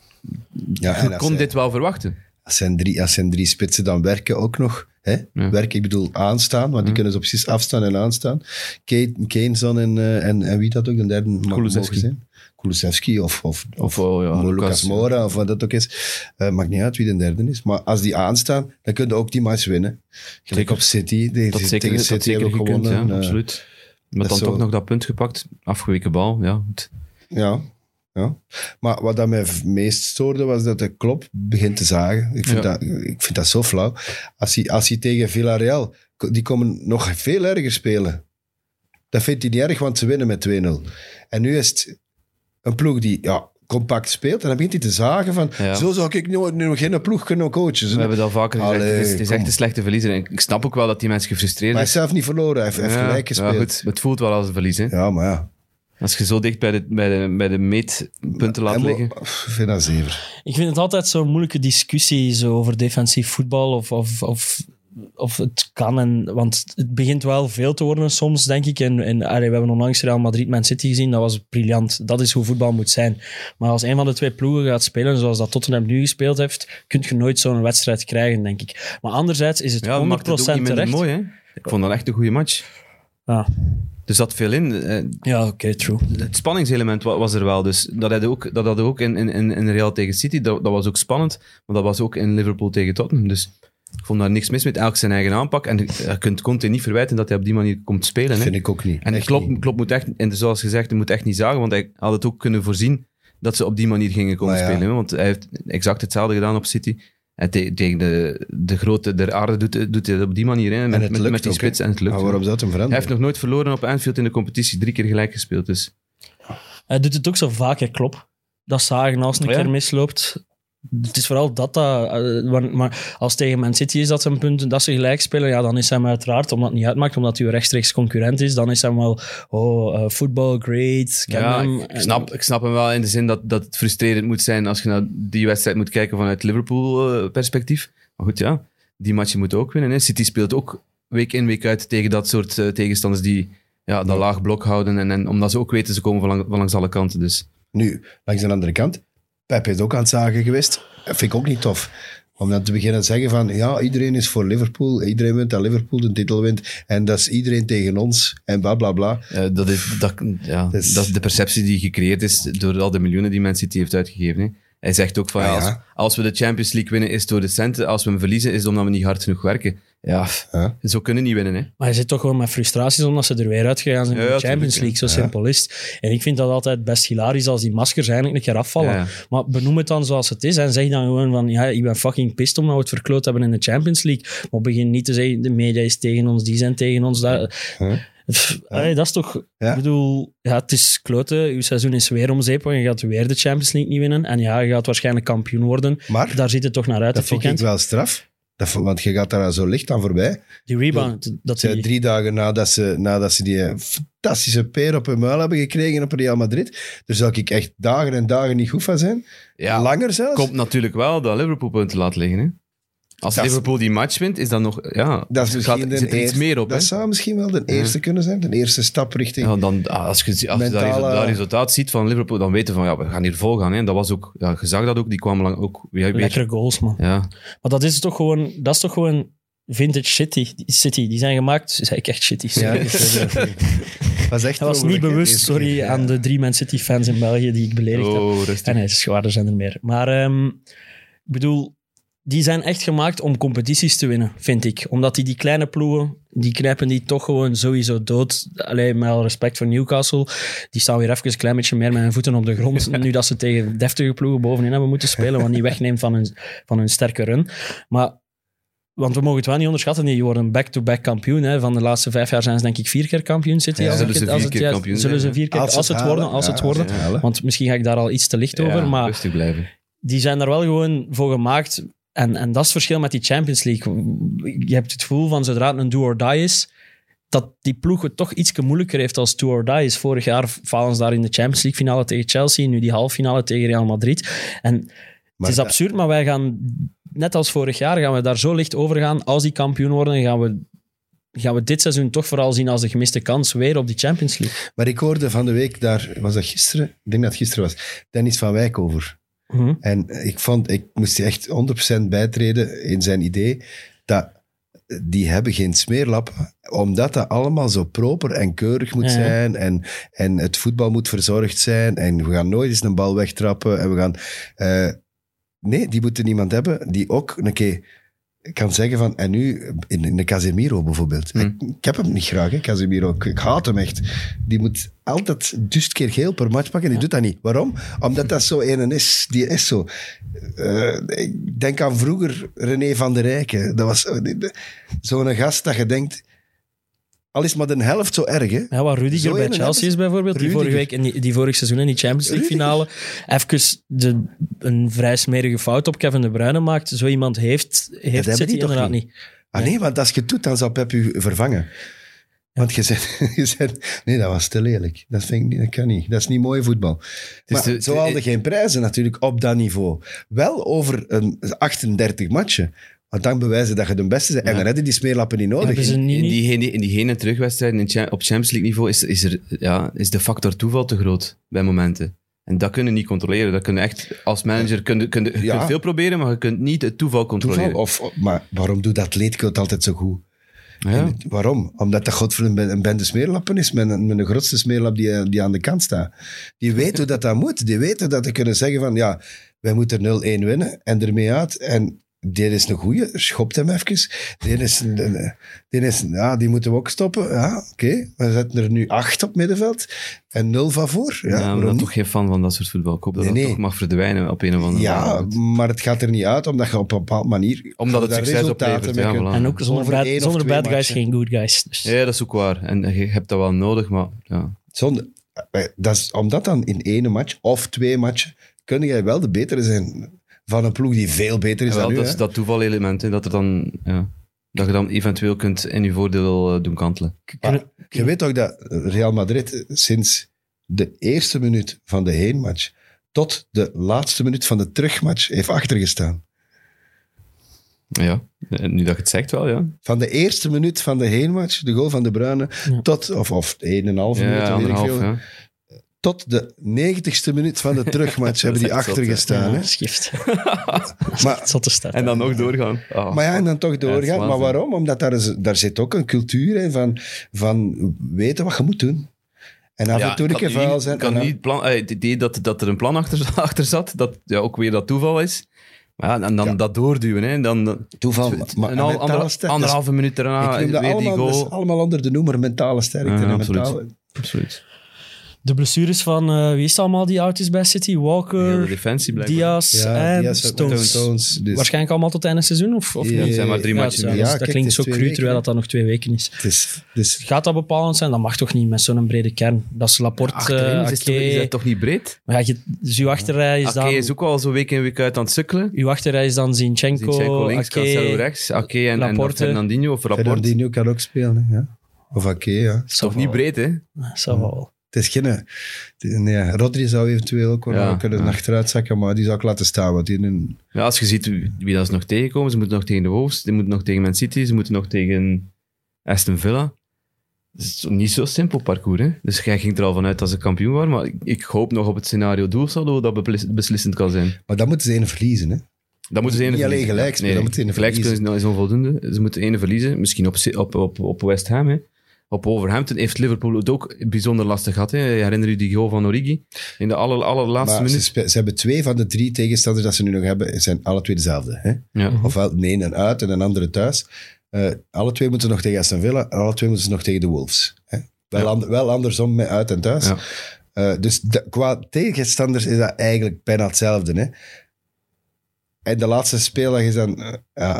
Speaker 3: Je kon dit wel verwachten.
Speaker 2: Als zijn drie spitsen dan werken ook nog. Hè?
Speaker 3: Ja.
Speaker 2: Werken, ik bedoel aanstaan, want die kunnen ze precies afstaan en aanstaan. Kane, Son en wie dat ook, de derde mag
Speaker 3: Kulusevski.
Speaker 2: mogen zijn. Kulusevski of
Speaker 3: Lucas
Speaker 2: Lucas Moura of wat dat ook is. Maakt niet uit wie de derde is. Maar als die aanstaan, dan kun je ook die match winnen. Gelijk op City. Tegen City hebben we
Speaker 3: gekund,
Speaker 2: gewonnen.
Speaker 3: ja, absoluut. Maar dan
Speaker 2: zo.
Speaker 3: toch nog dat punt gepakt. Afgeweken bal, ja.
Speaker 2: Ja. Maar wat dat mij meest stoorde, was dat de Klopp begint te zagen. Ik vind dat zo flauw. Als hij tegen Villarreal, die komen nog veel erger spelen. Dat vindt hij niet erg, want ze winnen met 2-0. En nu is het een ploeg die compact speelt. En dan begint hij te zagen van, zo zou ik nu geen ploeg kunnen coachen.
Speaker 3: We hebben het al vaker gezegd. Het is echt een slechte verliezer. En ik snap ook wel dat die mensen gefrustreerd
Speaker 2: Maar hij
Speaker 3: zijn.
Speaker 2: is zelf niet verloren, hij heeft gelijk gespeeld.
Speaker 3: Ja, goed. Het voelt wel als een verlies, hè.
Speaker 2: Ja, maar ja.
Speaker 3: Als je zo dicht bij de meetpunten laat liggen.
Speaker 2: Ik vind dat zever.
Speaker 4: Ik vind het altijd zo'n moeilijke discussie zo over defensief voetbal of het kan. Want het begint wel veel te worden soms, denk ik. En we hebben onlangs Real Madrid Man City gezien. Dat was briljant. Dat is hoe voetbal moet zijn. Maar als een van de twee ploegen gaat spelen zoals dat Tottenham nu gespeeld heeft, kun je nooit zo'n wedstrijd krijgen, denk ik. Maar anderzijds is het 100%
Speaker 3: dat maakt het ook niet minder
Speaker 4: terecht.
Speaker 3: mooi, hè. Ik vond dat echt een goede match.
Speaker 4: Ja,
Speaker 3: Er zat veel in.
Speaker 4: ja oké, true.
Speaker 3: Het spanningselement was er wel. Dus dat hadden we ook in Real tegen City. Dat was ook spannend. Maar dat was ook in Liverpool tegen Tottenham. Dus Ik vond daar niks mis met, elk zijn eigen aanpak. En je kunt Conte niet verwijten dat hij op die manier komt spelen.
Speaker 2: Dat
Speaker 3: hè.
Speaker 2: vind ik ook niet.
Speaker 3: En
Speaker 2: Echt
Speaker 3: Klopp
Speaker 2: niet.
Speaker 3: moet echt, en zoals gezegd, hij moet echt niet zagen, want hij had het ook kunnen voorzien dat ze op die manier gingen komen
Speaker 2: Maar ja.
Speaker 3: spelen. Hè. Want hij heeft exact hetzelfde gedaan op City. En tegen de grote der aarde doet hij het op die manier. Hè,
Speaker 2: En het lukt
Speaker 3: met die
Speaker 2: ook,
Speaker 3: spits.
Speaker 2: hè.
Speaker 3: En het lukt.
Speaker 2: Maar waarom zou het hem
Speaker 3: Hij
Speaker 2: veranderen?
Speaker 3: heeft nog nooit verloren op Anfield in de competitie. 3 keer gelijk gespeeld. Dus.
Speaker 4: Hij doet het ook zo vaak, hè, Klopp. Dat Zagen als een
Speaker 3: Ja.
Speaker 4: keer misloopt. Het is vooral maar als tegen Man City is dat zijn punt dat ze gelijk spelen, ja, dan is hem uiteraard, omdat het niet uitmaakt, omdat hij een rechtstreeks concurrent is, dan is hem wel, football great, ken
Speaker 3: Ja,
Speaker 4: hem.
Speaker 3: ik snap hem wel in de zin dat het frustrerend moet zijn als je naar die wedstrijd moet kijken vanuit Liverpool-perspectief. Maar goed, ja, die match moet ook winnen. Hè. City speelt ook week in, week uit tegen dat soort tegenstanders die dat laag blok houden. En omdat ze ook weten, ze komen van langs alle kanten. Dus.
Speaker 2: Nu, langs de andere kant, Pep is ook aan het zagen geweest. Dat vind ik ook niet tof. Om dan te beginnen te zeggen van, ja, iedereen is voor Liverpool. Iedereen wint dat Liverpool de titel wint. En dat is iedereen tegen ons. En bla, bla, bla.
Speaker 3: Dat is de perceptie die gecreëerd is door al de miljoenen die Man City heeft uitgegeven. Hè. Hij zegt ook van, als we de Champions League winnen, is het door de centen. Als we hem verliezen, is het omdat we niet hard genoeg werken. Ja, zo kunnen we niet winnen. Hè.
Speaker 4: Maar je zit toch gewoon met frustraties omdat ze er weer uitgegaan zijn in de Champions
Speaker 3: tuurlijk,
Speaker 4: League. Zo simpel is het. En ik vind dat altijd best hilarisch als die maskers eigenlijk een keer afvallen.
Speaker 3: Ja.
Speaker 4: Maar benoem het dan zoals het is en zeg dan gewoon van, ja, ik ben fucking pissed omdat we het verkloot hebben in de Champions League. Maar begin niet te zeggen, de media is tegen ons, die zijn tegen ons. Dat is toch...
Speaker 2: Ja.
Speaker 4: Ik bedoel, ja, het is kloten. Uw seizoen is weer om zeep, want je gaat weer de Champions League niet winnen. En ja, je gaat waarschijnlijk kampioen worden.
Speaker 2: Maar
Speaker 4: Daar ziet het toch naar uit,
Speaker 2: dat
Speaker 4: het
Speaker 2: vond ik
Speaker 4: weekend.
Speaker 2: wel straf. Want je gaat daar zo licht aan voorbij.
Speaker 4: Die rebound, dat
Speaker 2: Zij
Speaker 4: die...
Speaker 2: 3 dagen nadat ze die fantastische peer op hun muil hebben gekregen op Real Madrid. Daar zou ik echt dagen en dagen niet goed van zijn.
Speaker 3: Ja,
Speaker 2: Langer zelfs.
Speaker 3: komt natuurlijk wel dat Liverpool punten laat liggen. Hè. Als
Speaker 2: Dat is-
Speaker 3: Liverpool die match wint, is dat nog... Ja,
Speaker 2: Dat is misschien
Speaker 3: zit er iets
Speaker 2: eerste-
Speaker 3: meer op.
Speaker 2: Dat
Speaker 3: Hè.
Speaker 2: zou misschien wel de eerste kunnen zijn. De eerste stap richting...
Speaker 3: Ja, dan, als je
Speaker 2: Mentale-
Speaker 3: dat resultaat ziet van Liverpool, dan weten we van, ja, we gaan hier vol gaan. Hè. En dat was ook... Ja, je zag dat ook, die kwamen lang ook...
Speaker 4: Lekkere goals, man.
Speaker 3: Ja,
Speaker 4: Maar dat is toch gewoon vintage City. Die zijn gemaakt... Zei ik echt shitty?
Speaker 2: Ja,
Speaker 4: Sorry.
Speaker 2: was echt
Speaker 4: Dat was niet
Speaker 2: mogelijk,
Speaker 4: bewust,
Speaker 2: hè, deze
Speaker 4: sorry,
Speaker 2: keer.
Speaker 4: aan de 3 Man City fans in België die ik beledigd heb.
Speaker 3: oh, rustig.
Speaker 4: En nee, het is waar, er zijn er meer. Maar ik bedoel, die zijn echt gemaakt om competities te winnen, vind ik. Omdat die kleine ploegen, die knijpen die toch gewoon sowieso dood. Alleen met al respect voor Newcastle. Die staan weer even een klein beetje meer met hun voeten op de grond. Nu dat ze tegen deftige ploegen bovenin hebben moeten spelen, wat niet wegneemt van hun sterke run. Maar... Want we mogen het wel niet onderschatten, die worden back-to-back kampioen. Hè. Van de laatste 5 jaar zijn ze denk ik 4 keer kampioen City.
Speaker 2: Ja,
Speaker 4: als
Speaker 3: zullen
Speaker 4: ik
Speaker 3: ze
Speaker 4: het- als
Speaker 3: 4
Speaker 4: het
Speaker 3: keer
Speaker 4: juist-
Speaker 3: kampioen
Speaker 4: Zullen ze
Speaker 3: zijn,
Speaker 4: 4 keer, als het worden.
Speaker 2: Als het halen.
Speaker 4: Want misschien ga ik daar al iets te licht over,
Speaker 3: Ja,
Speaker 4: maar
Speaker 3: rustig blijven.
Speaker 4: die zijn er wel gewoon voor gemaakt. En dat is het verschil met die Champions League. Je hebt het gevoel van zodra het een do-or-die is, dat die ploeg het toch iets moeilijker heeft als do-or-die is. Vorig jaar falen ze daar in de Champions League finale tegen Chelsea, nu die halffinale tegen Real Madrid. En
Speaker 2: Maar
Speaker 4: het is absurd, maar wij gaan, net als vorig jaar, gaan we daar zo licht over gaan. Als die kampioen worden, gaan we dit seizoen toch vooral zien als de gemiste kans weer op die Champions League.
Speaker 2: Maar ik hoorde van de week daar, was dat gisteren? Ik denk dat het gisteren was. Dennis van Wijk over. En ik moest die echt 100% bijtreden in zijn idee dat die hebben geen smeerlap, omdat dat allemaal zo proper en keurig moet
Speaker 4: Ja.
Speaker 2: zijn en het voetbal moet verzorgd zijn en we gaan nooit eens een bal wegtrappen en we gaan... nee, die moeten iemand hebben die ook een keer kan zeggen van... En nu, in de Casemiro bijvoorbeeld. Ik heb hem niet graag, hè, Casemiro. Ik haat hem echt. Die moet altijd dus keer geel per match pakken. Die doet dat niet. Waarom? Omdat dat zo een is. Die is zo. Ik denk aan vroeger René van der Rijken. Dat was zo'n gast dat je denkt... Al is maar de helft zo erg, hè.
Speaker 4: Ja, wat Rudiger
Speaker 2: Zo
Speaker 4: bij
Speaker 2: een
Speaker 4: Chelsea
Speaker 2: hebben
Speaker 4: is
Speaker 2: ze.
Speaker 4: bijvoorbeeld, die vorige
Speaker 2: Rudiger.
Speaker 4: week die vorig seizoen in die Champions League finale even een vrij smerige fout op Kevin De Bruyne maakt. Zo iemand heeft
Speaker 2: hebben
Speaker 4: City
Speaker 2: die toch
Speaker 4: inderdaad
Speaker 2: niet?
Speaker 4: niet.
Speaker 2: Ah nee, want als je het doet, dan zal Pep u vervangen. Want je zegt... Nee, dat was te lelijk. Dat vind ik niet, dat kan niet. Dat is niet mooi voetbal. Maar zo haalde geen prijzen natuurlijk op dat niveau. Wel over een 38 matchen. Want dan bewijzen dat je de beste bent. En dan hadden die smeerlappen niet nodig.
Speaker 4: Hebben ze
Speaker 3: In
Speaker 4: niet...
Speaker 3: die heen- en terugwedstrijden op Champions League niveau is de factor toeval te groot bij momenten. En dat kunnen we niet controleren. Dat kunnen echt, als manager, je kunt veel proberen, maar je kunt niet het toeval controleren.
Speaker 2: Maar waarom doet dat Atletico het altijd zo goed?
Speaker 3: Ja.
Speaker 2: Waarom? Omdat dat godverdomme een bende smeerlappen is, met een grootste smeerlap die aan de kant staat. Die weten hoe dat moet. Die weten dat ze kunnen zeggen van, ja, wij moeten 0-1 winnen en ermee uit. En die is een goeie, schopt hem even. Die moeten we ook stoppen. Ja, oké. We zetten er nu 8 op middenveld en 0 van voor. Ja,
Speaker 3: maar ik
Speaker 2: waarom
Speaker 3: ben
Speaker 2: niet?
Speaker 3: toch geen fan van dat soort voetbal. Ik hoop dat
Speaker 2: Nee,
Speaker 3: dat
Speaker 2: nee.
Speaker 3: toch mag verdwijnen op een of andere
Speaker 2: Ja,
Speaker 3: manier.
Speaker 2: maar het gaat er niet uit, omdat je op een bepaalde manier...
Speaker 3: Omdat het
Speaker 2: daar
Speaker 3: succes
Speaker 2: resultaten
Speaker 3: oplevert,
Speaker 2: mee
Speaker 3: ja,
Speaker 2: kunt-
Speaker 3: voilà.
Speaker 4: En ook
Speaker 2: Over 1 of
Speaker 4: zonder
Speaker 2: 2
Speaker 4: bad guys
Speaker 2: matchen.
Speaker 4: geen good guys. Dus.
Speaker 3: Ja, dat is ook waar. En je hebt dat wel nodig, maar ja.
Speaker 2: Omdat dan in 1 match of 2 matchen kun jij wel de betere zijn van een ploeg die veel beter is
Speaker 3: Wel,
Speaker 2: dan u.
Speaker 3: dat
Speaker 2: hè.
Speaker 3: is dat toeval-element, hè, dat je dan eventueel kunt in je voordeel doen kantelen.
Speaker 2: Maar je weet toch dat Real Madrid sinds de eerste minuut van de heenmatch tot de laatste minuut van de terugmatch heeft achtergestaan.
Speaker 3: Ja, nu dat je het zegt wel, ja.
Speaker 2: Van de eerste minuut van de heenmatch, de goal van De Bruyne, tot, of 1,5 minuut, weet ik
Speaker 3: anderhalf,
Speaker 2: veel,
Speaker 3: ja.
Speaker 2: tot de 90ste minuut van de terugmatch hebben die
Speaker 3: Dat is echt
Speaker 2: achtergestaan.
Speaker 4: Ja,
Speaker 2: hè.
Speaker 4: schift.
Speaker 2: Maar,
Speaker 4: Het zat te starten.
Speaker 3: En dan nog doorgaan.
Speaker 2: maar ja, en dan toch
Speaker 3: Ja, het is
Speaker 2: doorgaan. Maar
Speaker 3: waanzin.
Speaker 2: waarom? Omdat daar zit ook een cultuur in van weten wat je moet doen. En af en toe een keer vuil zijn.
Speaker 3: Kan
Speaker 2: en dan-
Speaker 3: niet het idee dat er een plan achter zat, dat ja, ook weer dat toeval is. Maar ja, en dan
Speaker 2: Ja.
Speaker 3: dat doorduwen. Hè. Dan,
Speaker 2: Toeval, maar
Speaker 3: een
Speaker 2: mentale sterkte.
Speaker 3: anderhalve minuut daarna
Speaker 2: Ik noem dat
Speaker 3: weer die
Speaker 2: allemaal, dat is
Speaker 3: goal.
Speaker 2: allemaal onder de noemer mentale sterkte.
Speaker 3: Ja,
Speaker 2: en
Speaker 3: absoluut.
Speaker 2: mentale,
Speaker 3: Absoluut.
Speaker 4: De blessures van, wie is het allemaal die oud is bij City?
Speaker 3: Heel de
Speaker 4: Walker,
Speaker 3: defensie blijkbaar.
Speaker 4: Diaz en
Speaker 2: Diaz,
Speaker 4: Stones.
Speaker 2: dus
Speaker 4: Waarschijnlijk allemaal tot het einde seizoen? Of
Speaker 2: Ja,
Speaker 4: niet?
Speaker 3: Het zijn maar 3
Speaker 4: Ja,
Speaker 3: matchen.
Speaker 4: het
Speaker 3: meer.
Speaker 4: is-
Speaker 2: Ja,
Speaker 4: dat
Speaker 2: kijk,
Speaker 4: klinkt
Speaker 2: het
Speaker 4: zo
Speaker 2: is 2
Speaker 4: cru,
Speaker 2: weken,
Speaker 4: terwijl
Speaker 2: hè.
Speaker 4: dat nog 2 weken is.
Speaker 2: dus
Speaker 4: Gaat dat bepalend zijn? Dat mag toch niet met zo'n brede kern? Dat is Laporte,
Speaker 3: Achterin is
Speaker 4: Ake.
Speaker 3: het toch niet breed?
Speaker 4: Maar ja, dus uw achterrij is
Speaker 3: Ake
Speaker 4: dan...
Speaker 3: is ook al zo week in week uit aan het sukkelen.
Speaker 4: Uw achterrij is dan Zinchenko,
Speaker 3: Zinchenko links, Cancelo
Speaker 4: Ake.
Speaker 3: rechts. Ake en
Speaker 4: Laporte.
Speaker 3: Fernandinho of Rapport.
Speaker 2: Fernandinho kan ook spelen. Hè? Ja. Of Ake, ja.
Speaker 3: Dat is toch niet breed, hè?
Speaker 4: Zou wel.
Speaker 2: Het is geen... Nee, Rodri zou eventueel ook wel
Speaker 3: Ja,
Speaker 2: kunnen
Speaker 3: ja.
Speaker 2: achteruit zakken, maar die zou ik laten staan. Want die een,
Speaker 3: Ja, als je ziet wie dat ze nog tegenkomen, ze moeten nog tegen de Wolves, ze moeten nog tegen Man City, ze moeten nog tegen Aston Villa. Het is niet zo simpel parcours, hè. Dus jij ging er al vanuit dat ze kampioen waren, maar ik hoop nog op het scenario doelsaldo dat beslissend kan zijn.
Speaker 2: maar dat moeten ze één verliezen. Hè?
Speaker 3: Dat moeten ze
Speaker 2: Niet
Speaker 3: ene
Speaker 2: alleen
Speaker 3: verliezen.
Speaker 2: gelijk spelen, dat moeten ze ene
Speaker 3: gelijk spelen
Speaker 2: verliezen.
Speaker 3: is onvoldoende. Ze moeten ene verliezen, misschien op West Ham, hè. Op Wolverhampton heeft Liverpool het ook bijzonder lastig gehad. Hè. Herinner je die goal van Origi? In de allerlaatste
Speaker 2: Maar
Speaker 3: minuut.
Speaker 2: ze hebben 2 van de 3 tegenstanders dat ze nu nog hebben, zijn alle 2 dezelfde. Hè?
Speaker 3: Ja.
Speaker 2: Ofwel de ene uit en een andere thuis. Alle 2 moeten nog tegen Aston Villa en alle 2 moeten ze nog tegen de Wolves. Hè? Wel andersom met uit en thuis.
Speaker 3: Ja.
Speaker 2: Dus qua tegenstanders is dat eigenlijk bijna hetzelfde. Hè? En de laatste speeldag is dan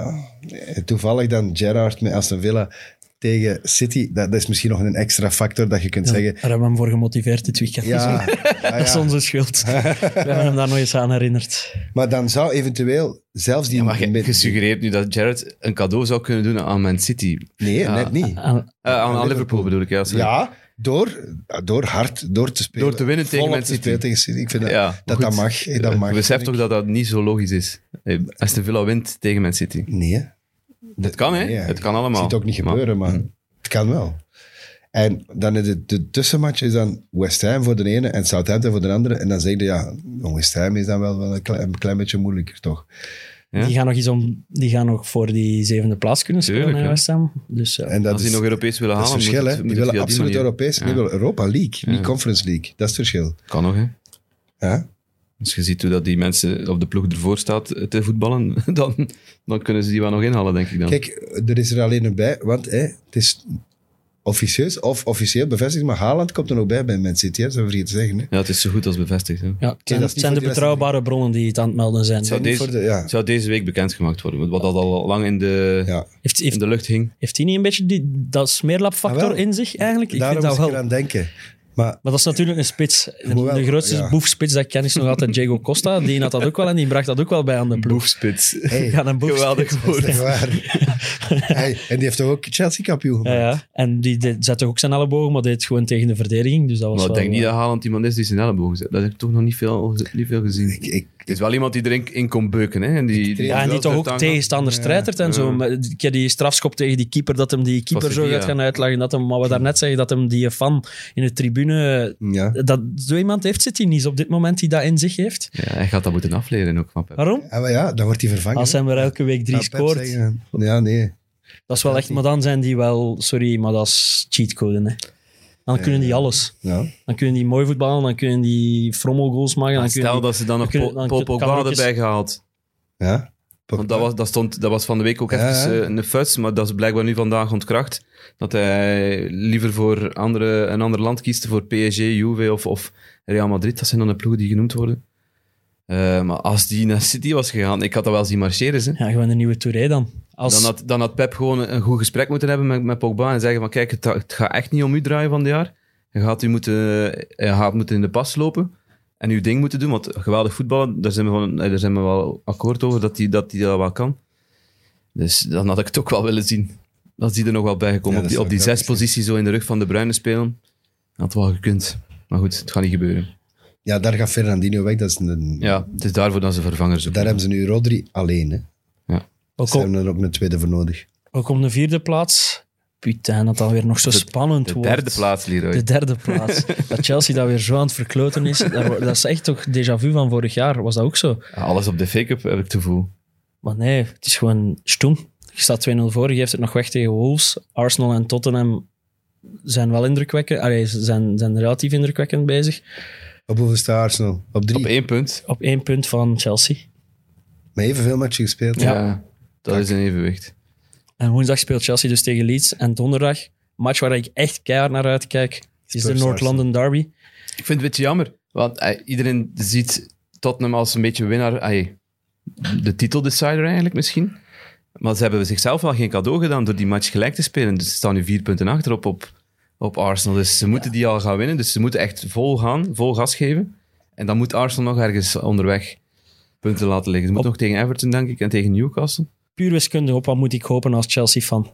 Speaker 2: toevallig dan Gerrard met Aston Villa tegen City. Dat is misschien nog een extra factor dat je kunt zeggen.
Speaker 4: Daar hebben we hem voor gemotiveerd dit weekend.
Speaker 2: Ja,
Speaker 4: Dat is onze schuld. We hebben hem daar nog eens aan herinnerd.
Speaker 2: maar dan zou eventueel zelfs die...
Speaker 3: Ja, maar je suggereert nu dat Gerrard een cadeau zou kunnen doen aan Man City.
Speaker 2: Nee,
Speaker 3: Ja.
Speaker 2: net niet.
Speaker 3: Aan Liverpool bedoel ik, ja. Sorry.
Speaker 2: Ja, door hard, door te spelen.
Speaker 3: Door te winnen tegen
Speaker 2: volop
Speaker 3: Man
Speaker 2: te
Speaker 3: City.
Speaker 2: spelen tegen City. Ik vind
Speaker 3: Ja,
Speaker 2: dat
Speaker 3: goed.
Speaker 2: mag. Dat mag.
Speaker 3: Je beseft toch dat dat niet zo logisch is. Aston Villa wint tegen Man City.
Speaker 2: Nee, hè.
Speaker 3: Het kan, hè?
Speaker 2: Nee,
Speaker 3: Het kan allemaal.
Speaker 2: Ik zie het ook niet gebeuren, maar het kan wel. En dan is de tussenmatch is dan West Ham voor de ene en Southampton voor de andere. En dan zeg je, ja, West Ham is dan wel een klein beetje moeilijker, toch?
Speaker 3: Ja.
Speaker 4: Die gaan nog voor die 7e plaats kunnen spelen,
Speaker 3: Tuurlijk,
Speaker 4: hè,
Speaker 3: ja.
Speaker 4: West Ham. Dus
Speaker 2: En dat
Speaker 3: Als die
Speaker 2: is,
Speaker 3: nog Europees willen
Speaker 2: dat is
Speaker 3: halen,
Speaker 2: het verschil, hè.
Speaker 3: moet
Speaker 2: Die
Speaker 3: het
Speaker 2: willen
Speaker 3: via die
Speaker 2: absoluut
Speaker 3: manier.
Speaker 2: Europees.
Speaker 3: Ja.
Speaker 2: Die willen Europa League, niet
Speaker 3: Ja.
Speaker 2: Conference League. Dat is het verschil.
Speaker 3: Kan nog, hè.
Speaker 2: Ja?
Speaker 3: Als je ziet hoe dat die mensen op de ploeg ervoor staat te voetballen, dan kunnen ze die wel nog inhalen, denk ik dan.
Speaker 2: Kijk, er is er alleen een bij, want het is officieus of officieel bevestigd, maar Haaland komt er nog bij Man City, hè, dat zijn we vergeten te zeggen. Hè.
Speaker 3: Ja, het is zo goed als bevestigd. Hè.
Speaker 4: ja, het
Speaker 2: dat
Speaker 4: zijn,
Speaker 2: is niet
Speaker 4: het zijn
Speaker 2: voor
Speaker 4: de
Speaker 2: die
Speaker 4: betrouwbare bronnen die het aan het melden zijn.
Speaker 3: Zou
Speaker 2: Niet
Speaker 3: deze-
Speaker 2: voor de, ja.
Speaker 3: Het zou deze week bekendgemaakt worden, wat dat al lang in de
Speaker 4: Heeft
Speaker 3: lucht hing.
Speaker 4: hij niet een beetje dat smeerlapfactor
Speaker 2: Ah, wel.
Speaker 4: in zich eigenlijk? Ik
Speaker 2: Daarom
Speaker 4: vind dat
Speaker 2: moest ik
Speaker 4: wel.
Speaker 2: eraan denken. Maar
Speaker 4: Maar dat is natuurlijk een spits.
Speaker 2: moet wel-
Speaker 4: De grootste
Speaker 2: ja.
Speaker 4: boefspits dat ik ken is nog altijd Diego Costa. Die had dat ook wel en die bracht dat ook wel bij aan de ploeg.
Speaker 3: Boefspits.
Speaker 2: hey,
Speaker 4: Ja, een boefspits.
Speaker 3: Geweldig
Speaker 2: dat
Speaker 3: woord.
Speaker 2: is echt waar. Hey, en die heeft toch ook Chelsea kampioen
Speaker 4: Ja,
Speaker 2: gemaakt?
Speaker 4: ja. En die zet toch ook zijn ellebogen, maar deed gewoon tegen de verdediging. Dus dat was
Speaker 3: Maar ik
Speaker 4: wel,
Speaker 3: denk niet dat Haaland iemand is die zijn ellebogen zet. Dat heb ik toch nog niet veel gezien.
Speaker 2: Ik,
Speaker 3: Het is wel iemand die erin kon beuken. Hè? En die
Speaker 4: Ja, en die toch ook tegenstanders strijdert en zo.
Speaker 3: Ja.
Speaker 4: Maar ik heb die strafschop tegen die keeper, dat hem die keeper zo
Speaker 3: Sevilla.
Speaker 4: gaat gaan uitleggen. Dat hem, wat we daarnet zeggen, dat hem die fan in de tribune...
Speaker 2: ja.
Speaker 4: Dat, zo iemand heeft City niet op dit moment die dat in zich heeft.
Speaker 3: Ja, hij gaat dat moeten afleren ook van Pep.
Speaker 4: Waarom?
Speaker 2: Maar ja, dan wordt hij vervangen.
Speaker 4: Als hij maar elke week 3
Speaker 2: Zou Pep
Speaker 4: scoort.
Speaker 2: zeggen. Ja, nee.
Speaker 4: Dat is wel echt... Maar dan zijn die wel... Sorry, maar dat is cheatcode, hè. Dan kunnen die alles.
Speaker 2: Ja.
Speaker 4: Dan kunnen die mooi voetballen, dan kunnen die frommelgoals maken. Dan kunnen
Speaker 3: Stel
Speaker 4: die,
Speaker 3: dat ze dan nog
Speaker 4: dan kunnen-
Speaker 3: Paul
Speaker 4: dan kan
Speaker 3: Pogba
Speaker 4: er ook eens-
Speaker 3: erbij gehaald.
Speaker 2: Ja.
Speaker 3: Want dat was van de week ook even een fuss, maar dat is blijkbaar nu vandaag ontkracht. Dat hij liever voor een ander land kiest, voor PSG, Juve of Real Madrid. Dat zijn dan de ploegen die genoemd worden. Maar als die naar City was gegaan, ik had dat wel zien marcheren. Hè.
Speaker 4: Ja, gewoon een nieuwe Touré dan.
Speaker 3: Dan had Pep gewoon een goed gesprek moeten hebben met Pogba en zeggen van kijk, het gaat echt niet om u draaien van dit jaar. Je gaat moeten in de pas lopen en uw ding moeten doen, want geweldig voetballen, daar zijn we wel akkoord over dat hij dat wel kan. Dus dan had ik het ook wel willen zien. Dat is die er nog wel bij gekomen. Op die 6 positie zo in de rug van De Bruyne spelen. Dat had wel gekund. Maar goed, het gaat niet gebeuren.
Speaker 2: Ja, daar gaat Fernandinho weg.
Speaker 3: Ja, het is daarvoor dat ze vervangers zoeken.
Speaker 2: Daar hebben ze nu Rodri alleen. Hè.
Speaker 3: Ja.
Speaker 2: Ze hebben er ook een tweede voor nodig.
Speaker 4: Ook om de 4e plaats. Putain, dat alweer nog zo spannend wordt.
Speaker 3: De 3e plaats, Leroy.
Speaker 4: De 3e plaats. Dat Chelsea dat weer zo aan het verkloten is. Dat is echt toch déjà vu van vorig jaar. Was dat ook zo?
Speaker 3: Ja, alles op de fake-up heb ik het gevoel.
Speaker 4: Maar nee, het is gewoon stoem. Je staat 2-0 voor, je geeft het nog weg tegen Wolves. Arsenal en Tottenham zijn wel indrukwekkend. Allee, zijn relatief indrukwekkend bezig.
Speaker 2: Op hoeveel staat Arsenal? Op 3?
Speaker 3: Op 1 punt.
Speaker 4: Op 1 punt van Chelsea.
Speaker 2: Met evenveel matchen gespeeld.
Speaker 3: Ja, dat is een evenwicht.
Speaker 4: En woensdag speelt Chelsea dus tegen Leeds. En donderdag, een match waar ik echt keihard naar uitkijk, is de North London Derby.
Speaker 3: Ik vind het een beetje jammer. Want iedereen ziet Tottenham als een beetje winnaar. De titeldecider eigenlijk misschien. Maar ze hebben zichzelf wel geen cadeau gedaan door die match gelijk te spelen. Dus ze staan nu 4 punten achter op Arsenal. Dus ze moeten die al gaan winnen. Dus ze moeten echt vol gas geven. En dan moet Arsenal nog ergens onderweg punten laten liggen. Ze moeten nog tegen Everton, denk ik, en tegen Newcastle.
Speaker 4: Puur wiskunde, op wat moet ik hopen als Chelsea-fan?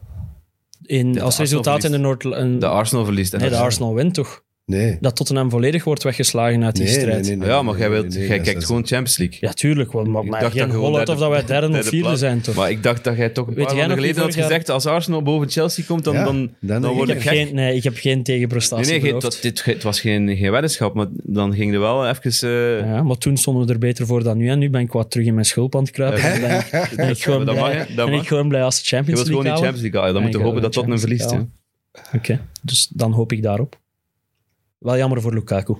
Speaker 4: Als resultaat in de Noord...
Speaker 3: De Arsenal verliest.
Speaker 4: Nee, de Arsenal wint toch?
Speaker 2: Nee.
Speaker 4: Dat Tottenham volledig wordt weggeslagen uit die strijd.
Speaker 2: Nee,
Speaker 3: ja, maar jij kijkt gewoon Champions League.
Speaker 4: Ja, tuurlijk. Maar geen hol uit of dat wij derde of vierde zijn, toch?
Speaker 3: Maar ik dacht dat jij toch een paar maanden geleden had gezegd, als Arsenal boven Chelsea komt, dan word ik gek.
Speaker 4: Nee, ik heb geen tegenprestatie
Speaker 3: het was geen weddenschap, maar dan ging er wel even...
Speaker 4: Ja, maar toen stonden we er beter voor dan nu. En nu ben ik wat terug in mijn schulp aan het kruipen. Ben ik gewoon blij als de Champions League.
Speaker 3: Je wilt gewoon niet Champions League halen. Dan moet je hopen dat Tottenham verliest.
Speaker 4: Oké, dus dan hoop ik daarop. Wel jammer voor Lukaku.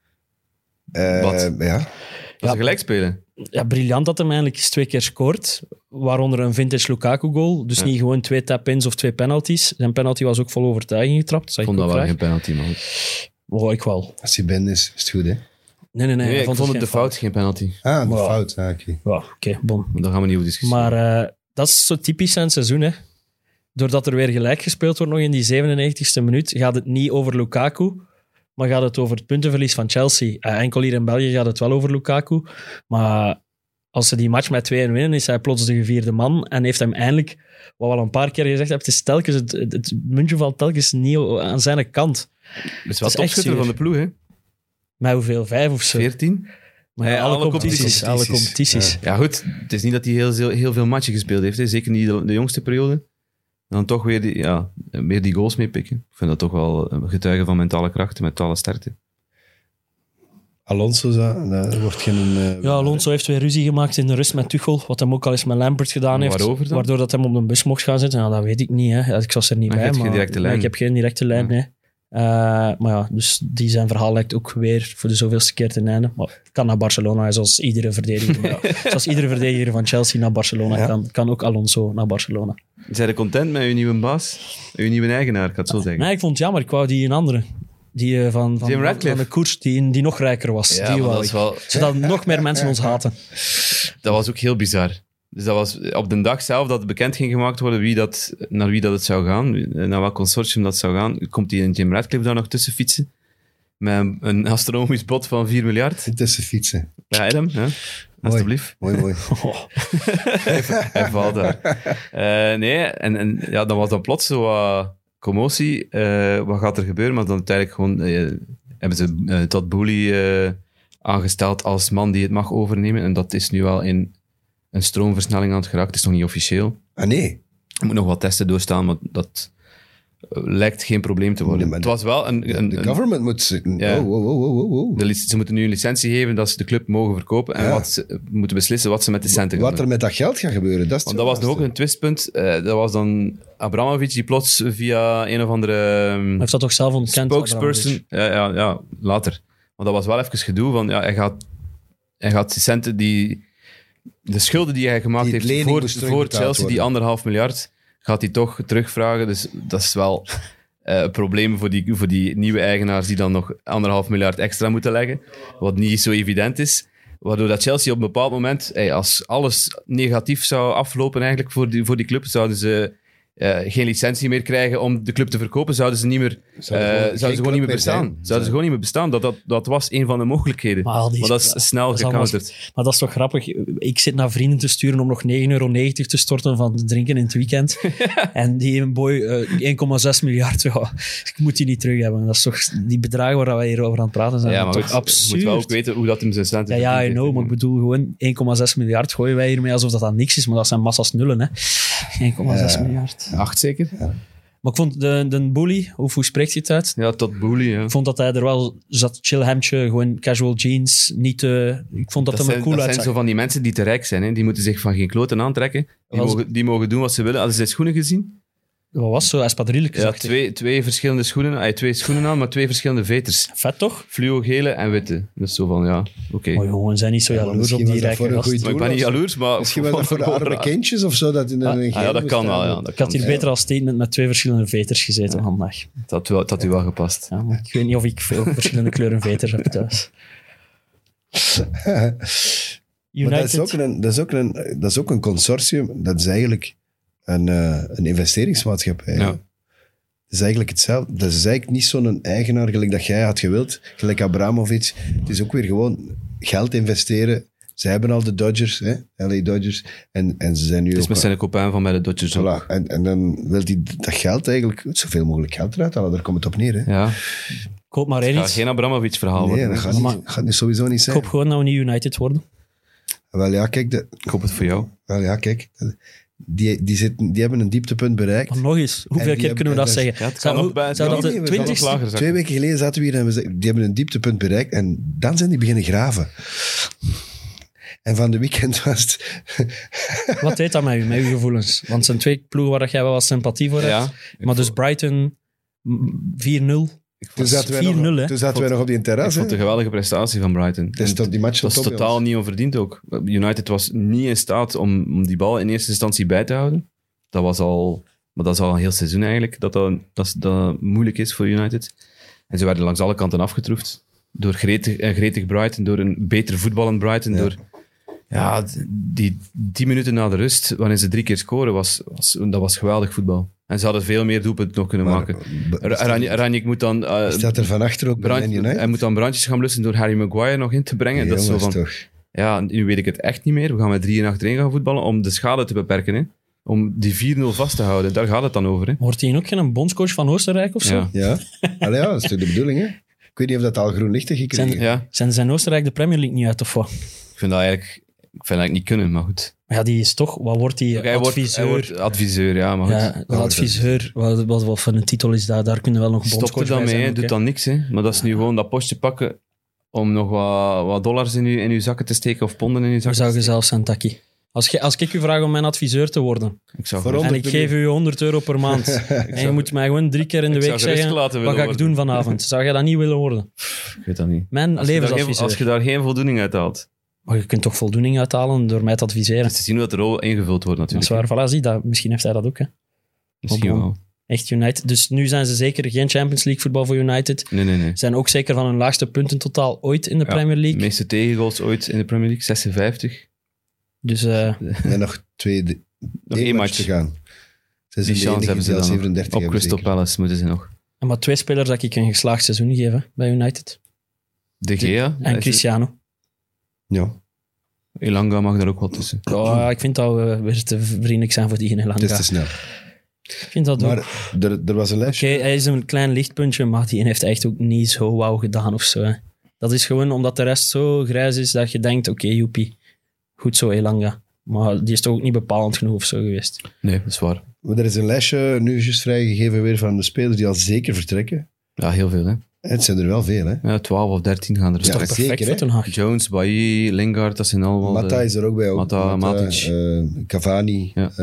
Speaker 3: Wat?
Speaker 2: Ja.
Speaker 3: Dat ze gelijk spelen.
Speaker 4: Ja, briljant dat hij eigenlijk eens 2 keer scoort. Waaronder een vintage Lukaku-goal. Dus niet gewoon 2 tap-ins of 2 penalties. Zijn penalty was ook vol overtuiging getrapt.
Speaker 3: Ik vond dat wel geen penalty, man.
Speaker 4: Oh, ik wel.
Speaker 2: Als hij binnen is het goed, hè?
Speaker 4: Nee,
Speaker 3: ik vond het de fout geen penalty.
Speaker 2: Ah, de fout. Oké.
Speaker 4: Oké, bon.
Speaker 3: Daar gaan we niet over discussiëren.
Speaker 4: Maar dat is zo typisch zijn seizoen, hè. Doordat er weer gelijk gespeeld wordt nog in die 97e minuut, gaat het niet over Lukaku, maar gaat het over het puntenverlies van Chelsea. Enkel hier in België gaat het wel over Lukaku. Maar als ze die match met 2-1 winnen, is hij plots de 4e man en heeft hem eindelijk, wat we al een paar keer gezegd hebben, het muntje valt telkens niet aan zijn kant.
Speaker 3: Het is wel topschutter van de ploeg, hè?
Speaker 4: Met hoeveel? 5 of zo?
Speaker 3: 14?
Speaker 4: Maar alle competities.
Speaker 3: Ja, goed. Het is niet dat hij heel veel matchen gespeeld heeft. Hè. Zeker niet de jongste periode. En dan toch weer die goals meepikken. Ik vind dat toch wel een getuige van mentale krachten, mentale sterkte.
Speaker 2: Alonso, dat wordt geen...
Speaker 4: Alonso heeft weer ruzie gemaakt in de rust met Tuchel, wat hem ook al eens met Lampert gedaan heeft.
Speaker 3: Waarover dan?
Speaker 4: Waardoor dat hem op de bus mocht gaan zitten. Dat weet ik niet. Hè. Ik was er niet bij. Ik heb geen directe lijn, nee. Maar ja, dus die zijn verhaal lijkt ook weer voor de zoveelste keer ten einde. Maar het kan naar Barcelona, zoals iedere verdediger. Zoals iedere verdediger van Chelsea naar Barcelona kan ook Alonso naar Barcelona.
Speaker 3: Zijn je content met uw nieuwe baas? Uw nieuwe eigenaar, ik ga het zo zeggen.
Speaker 4: Nee, ik vond het jammer. Ik wou die een andere. Die van de koers, die nog rijker was.
Speaker 3: Ja,
Speaker 4: die wou ik. Zodat nog meer mensen ons haten. Dat
Speaker 3: was ook heel bizar. Dus dat was op de dag zelf dat het bekend ging gemaakt worden naar wie dat het zou gaan, naar welk consortium dat zou gaan, komt die in Jim Ratcliffe daar nog tussen fietsen. Met een astronomisch bod van 4 miljard.
Speaker 2: Tussen fietsen.
Speaker 3: Ja, Adam, ja. Alsjeblieft.
Speaker 2: Mooi.
Speaker 3: Hij valt daar. Dan was dat plots zo commotie. Wat gaat er gebeuren? Maar dan uiteindelijk gewoon hebben ze Todd Boehly aangesteld als man die het mag overnemen. En dat is nu wel in een stroomversnelling aan het geraakt. Het is nog niet officieel.
Speaker 2: Ah, nee?
Speaker 3: Er moet nog wat testen doorstaan, maar dat lijkt geen probleem te worden. Het was wel
Speaker 2: de government moet...
Speaker 3: Ze moeten nu een licentie geven dat ze de club mogen verkopen en wat ze moeten beslissen wat ze met de centen gaan doen.
Speaker 2: Wat er met dat geld gaat gebeuren, dat is...
Speaker 3: Want dat was nog ook een twistpunt. Dat was dan Abramovich die plots via een of andere...
Speaker 4: Hij heeft dat toch zelf ontkend,
Speaker 3: spokesperson... Ja, later. Want dat was wel even gedoe van... Ja, hij gaat die centen die de schulden die hij gemaakt
Speaker 2: Die
Speaker 3: heeft
Speaker 2: lening
Speaker 3: voor
Speaker 2: moest terugbetaald
Speaker 3: Chelsea, die
Speaker 2: worden.
Speaker 3: 1,5 miljard, gaat hij toch terugvragen. Dus dat is wel een probleem voor die nieuwe eigenaars die dan nog 1,5 miljard extra moeten leggen. Wat niet zo evident is. Waardoor dat Chelsea op een bepaald moment, als alles negatief zou aflopen eigenlijk voor die club, zouden ze geen licentie meer krijgen om de club te verkopen, zouden ze gewoon niet meer bestaan. Zouden ze gewoon niet meer bestaan. Dat was een van de mogelijkheden.
Speaker 4: Maar,
Speaker 3: dat is snel
Speaker 4: dat is allemaal-
Speaker 3: gecounterd.
Speaker 4: Maar dat is toch grappig. Ik zit naar vrienden te sturen om nog €9,90 te storten van te drinken in het weekend. En die boy, 1,6 miljard, ja, ik moet die niet terug hebben. Dat is toch die bedragen waar wij hier over aan het praten zijn.
Speaker 3: Ja, maar
Speaker 4: toch
Speaker 3: goed, je
Speaker 4: absurd.
Speaker 3: moet wel ook weten hoe dat hem zijn centen
Speaker 4: Ja, I
Speaker 3: verdiend
Speaker 4: know,
Speaker 3: heeft.
Speaker 4: maar ik bedoel gewoon 1,6 miljard gooien wij hiermee alsof dat niks is, maar dat zijn massa's nullen, hè. 1,6 miljard.
Speaker 3: 8 zeker?
Speaker 4: Maar ik vond de bully, hoe spreekt je het uit?
Speaker 3: Ja, tot Boehly, ja.
Speaker 4: Ik vond dat hij er wel zat, chill hemdje, gewoon casual jeans, niet te... Ik vond dat hem er cool
Speaker 3: dat zijn
Speaker 4: uitzag.
Speaker 3: zo van die mensen die te rijk zijn. Hè. Die moeten zich van geen kloten aantrekken. Die mogen doen wat ze willen. Hadden ze zijn schoenen gezien?
Speaker 4: Wat was zo, espadrilletjes.
Speaker 3: Ja, twee verschillende schoenen. Hij had 2 schoenen aan, maar 2 verschillende veters.
Speaker 4: Vet toch?
Speaker 3: Fluo gele en witte. Dus zo van, ja, oké.
Speaker 4: Maar jongen, zijn niet zo
Speaker 2: maar
Speaker 4: jaloers op
Speaker 2: misschien
Speaker 4: die
Speaker 2: was dat voor
Speaker 4: rijke
Speaker 2: een
Speaker 4: gast.
Speaker 2: goeie
Speaker 3: Maar ik ben niet jaloers, maar...
Speaker 2: Misschien was dat voor de arme kindjes of zo, dat in een
Speaker 3: ja, dat kan wel, ja. Dat
Speaker 4: Ik had hier
Speaker 3: kan.
Speaker 4: beter als statement met 2 verschillende veters gezeten vandaag.
Speaker 3: Dat had u wel gepast.
Speaker 4: Ja, maar ik weet niet of ik veel verschillende kleuren veters heb thuis.
Speaker 2: Maar dat is ook een consortium. Dat is eigenlijk een investeringsmaatschappij.
Speaker 3: Ja.
Speaker 2: Dat is eigenlijk hetzelfde. Dat is eigenlijk niet zo'n eigenaar gelijk dat jij had gewild. Gelijk Abramovic. Het is ook weer gewoon geld investeren. Ze hebben al de Dodgers, hè? LA Dodgers. En ze zijn nu
Speaker 3: Het is
Speaker 2: ook...
Speaker 3: met zijn copain van bij de Dodgers ook.
Speaker 2: Voilà. En dan wil hij dat geld eigenlijk... Zoveel mogelijk geld eruit halen. Daar komt het op neer, hè?
Speaker 3: Ja.
Speaker 4: Ik hoop maar één
Speaker 3: Ja,
Speaker 4: iets.
Speaker 3: geen Abramovic-verhaal
Speaker 2: Nee,
Speaker 3: worden.
Speaker 2: dat gaat niet, sowieso niet
Speaker 4: Ik
Speaker 2: zijn.
Speaker 4: hoop gewoon dat we niet United worden.
Speaker 2: Wel ja, kijk...
Speaker 3: Ik hoop het voor jou.
Speaker 2: Die hebben een dieptepunt bereikt.
Speaker 4: Maar nog eens, hoeveel
Speaker 2: En die
Speaker 4: keer kunnen we dat
Speaker 2: hebben-
Speaker 4: zeggen?
Speaker 3: Ja, het kan nog bij-
Speaker 4: zou dat
Speaker 2: nee,
Speaker 4: de
Speaker 2: we
Speaker 4: 20ste...
Speaker 3: nog lager zakken.
Speaker 2: 2 weken geleden zaten we hier en we zeiden, die hebben een dieptepunt bereikt. En dan zijn die beginnen graven. En van de weekend was het...
Speaker 4: Wat deed dat met uw gevoelens? Want het zijn 2 ploegen waar jij wel wat sympathie voor hebt.
Speaker 3: Ja.
Speaker 4: Maar dus Brighton 4-0.
Speaker 2: Toen zaten wij
Speaker 4: 4-0,
Speaker 2: nog,
Speaker 4: hè?
Speaker 2: toen zaten wij nog op die
Speaker 3: Ik
Speaker 2: terras.
Speaker 3: vond het een geweldige prestatie van Brighton.
Speaker 2: Het is toch die match
Speaker 3: Dat is
Speaker 2: stond op,
Speaker 3: totaal niet onverdiend ook. United was niet in staat om die bal in eerste instantie bij te houden. Dat was al... Maar dat is al een heel seizoen eigenlijk, dat moeilijk is voor United. En ze werden langs alle kanten afgetroefd. Door gretig Brighton, door een beter voetballend Brighton.
Speaker 2: Ja.
Speaker 3: Door die 10 minuten na de rust, waarin ze 3 keer scoren, dat was geweldig voetbal. En ze hadden veel meer doelpunten nog kunnen maken. Ranjik moet dan...
Speaker 2: Staat er van achter ook bij Man United?
Speaker 3: hij moet dan brandjes gaan blussen door Harry Maguire nog in te brengen. Dat is zo
Speaker 2: Jongens,
Speaker 3: van...
Speaker 2: toch.
Speaker 3: Ja, nu weet ik het echt niet meer. We gaan met 3 in achterin gaan voetballen om de schade te beperken. Hè. Om die 4-0 vast te houden. Daar gaat het dan over. Hè.
Speaker 4: Wordt hij ook geen bondscoach van Oostenrijk of zo?
Speaker 3: Ja.
Speaker 2: Ja. Allee, ja, dat is toch de bedoeling, hè? Ik weet niet of dat al groen licht heeft gekregen.
Speaker 3: Ja,
Speaker 4: Zijn Oostenrijk de Premier League niet uit of wat?
Speaker 3: ik vind dat eigenlijk niet kunnen, maar goed.
Speaker 4: Maar ja, die is toch... Wat wordt die?
Speaker 3: Hij
Speaker 4: Adviseur?
Speaker 3: wordt adviseur, ja, maar goed.
Speaker 4: Ja, adviseur. Wat voor een titel is dat? Daar kunnen we wel nog
Speaker 3: Stop
Speaker 4: bondscoach
Speaker 3: er dan
Speaker 4: bij
Speaker 3: mee,
Speaker 4: zijn.
Speaker 3: hè.
Speaker 4: ook,
Speaker 3: Doet
Speaker 4: hè.
Speaker 3: dan niks. Hè. Maar dat is nu gewoon dat postje pakken om nog wat dollars in uw zakken te steken of ponden in uw
Speaker 4: Hoe
Speaker 3: zakken
Speaker 4: zou
Speaker 3: te
Speaker 4: je
Speaker 3: steken.
Speaker 4: zelf zijn, Taki? Als ik u vraag om mijn adviseur te worden
Speaker 3: Ik zou
Speaker 2: Waarom?
Speaker 3: gerust-
Speaker 4: en ik geef u €100 per maand en je moet mij gewoon 3 keer in de
Speaker 3: Ik
Speaker 4: week
Speaker 3: zou gerust
Speaker 4: zeggen,
Speaker 3: gelaten
Speaker 4: wat
Speaker 3: willen
Speaker 4: ga ik
Speaker 3: worden.
Speaker 4: doen vanavond? Zou je dat niet willen worden?
Speaker 3: Ik weet dat niet.
Speaker 4: Mijn levensadviseur.
Speaker 3: Als je daar geen voldoening uit haalt.
Speaker 4: Maar je kunt toch voldoening uithalen door mij te adviseren?
Speaker 3: Het is te zien hoe dat de rol ingevuld wordt
Speaker 4: Dat is
Speaker 3: natuurlijk.
Speaker 4: waar, voilà, zie dat. Misschien heeft hij dat ook, hè.
Speaker 3: Misschien wel.
Speaker 4: Echt United. Dus nu zijn ze zeker geen Champions League voetbal voor United.
Speaker 3: Nee.
Speaker 4: Zijn ook zeker van hun laagste punten totaal ooit in de
Speaker 3: Ja,
Speaker 4: Premier
Speaker 3: De
Speaker 4: League.
Speaker 3: meeste tegengoals ooit in de Premier League, 56.
Speaker 4: Dus
Speaker 2: En nog één
Speaker 3: één
Speaker 2: match
Speaker 3: match.
Speaker 2: te gaan. Ze
Speaker 3: Die chance hebben ze dan nog.
Speaker 2: 37
Speaker 3: Op
Speaker 2: hebben
Speaker 3: Crystal
Speaker 2: zeker.
Speaker 3: Palace moeten ze nog.
Speaker 4: maar 2 spelers dat ik een geslaagd seizoen geef bij United.
Speaker 3: De Gea.
Speaker 4: En Cristiano.
Speaker 2: Ja,
Speaker 3: Elanga mag daar ook wel tussen.
Speaker 4: Ja, ik vind dat we weer te vriendelijk zijn voor die Elanga.
Speaker 2: het is te snel.
Speaker 4: Ik vind dat ook.
Speaker 2: Maar er was een lijstje.
Speaker 4: Oké, hij is een klein lichtpuntje, maar die heeft echt ook niet zo wauw gedaan of zo. Hè. Dat is gewoon omdat de rest zo grijs is dat je denkt, oké, joepie, goed zo Elanga. Maar die is toch ook niet bepalend genoeg of zo geweest.
Speaker 3: Nee, dat is waar.
Speaker 2: Maar er is een lijstje nu juist vrijgegeven weer van de spelers die al zeker vertrekken.
Speaker 3: Ja, heel veel, hè.
Speaker 2: En het zijn er wel veel, hè.
Speaker 3: Ja, 12 of 13 gaan er
Speaker 2: Ja,
Speaker 3: straks.
Speaker 2: zeker,
Speaker 4: Perfect
Speaker 2: hè.
Speaker 4: voor Ten Hag.
Speaker 3: Jones, Bailly, Lingard, dat zijn allemaal...
Speaker 2: Mata is er ook bij.
Speaker 3: Matic.
Speaker 2: Cavani.
Speaker 3: Ja.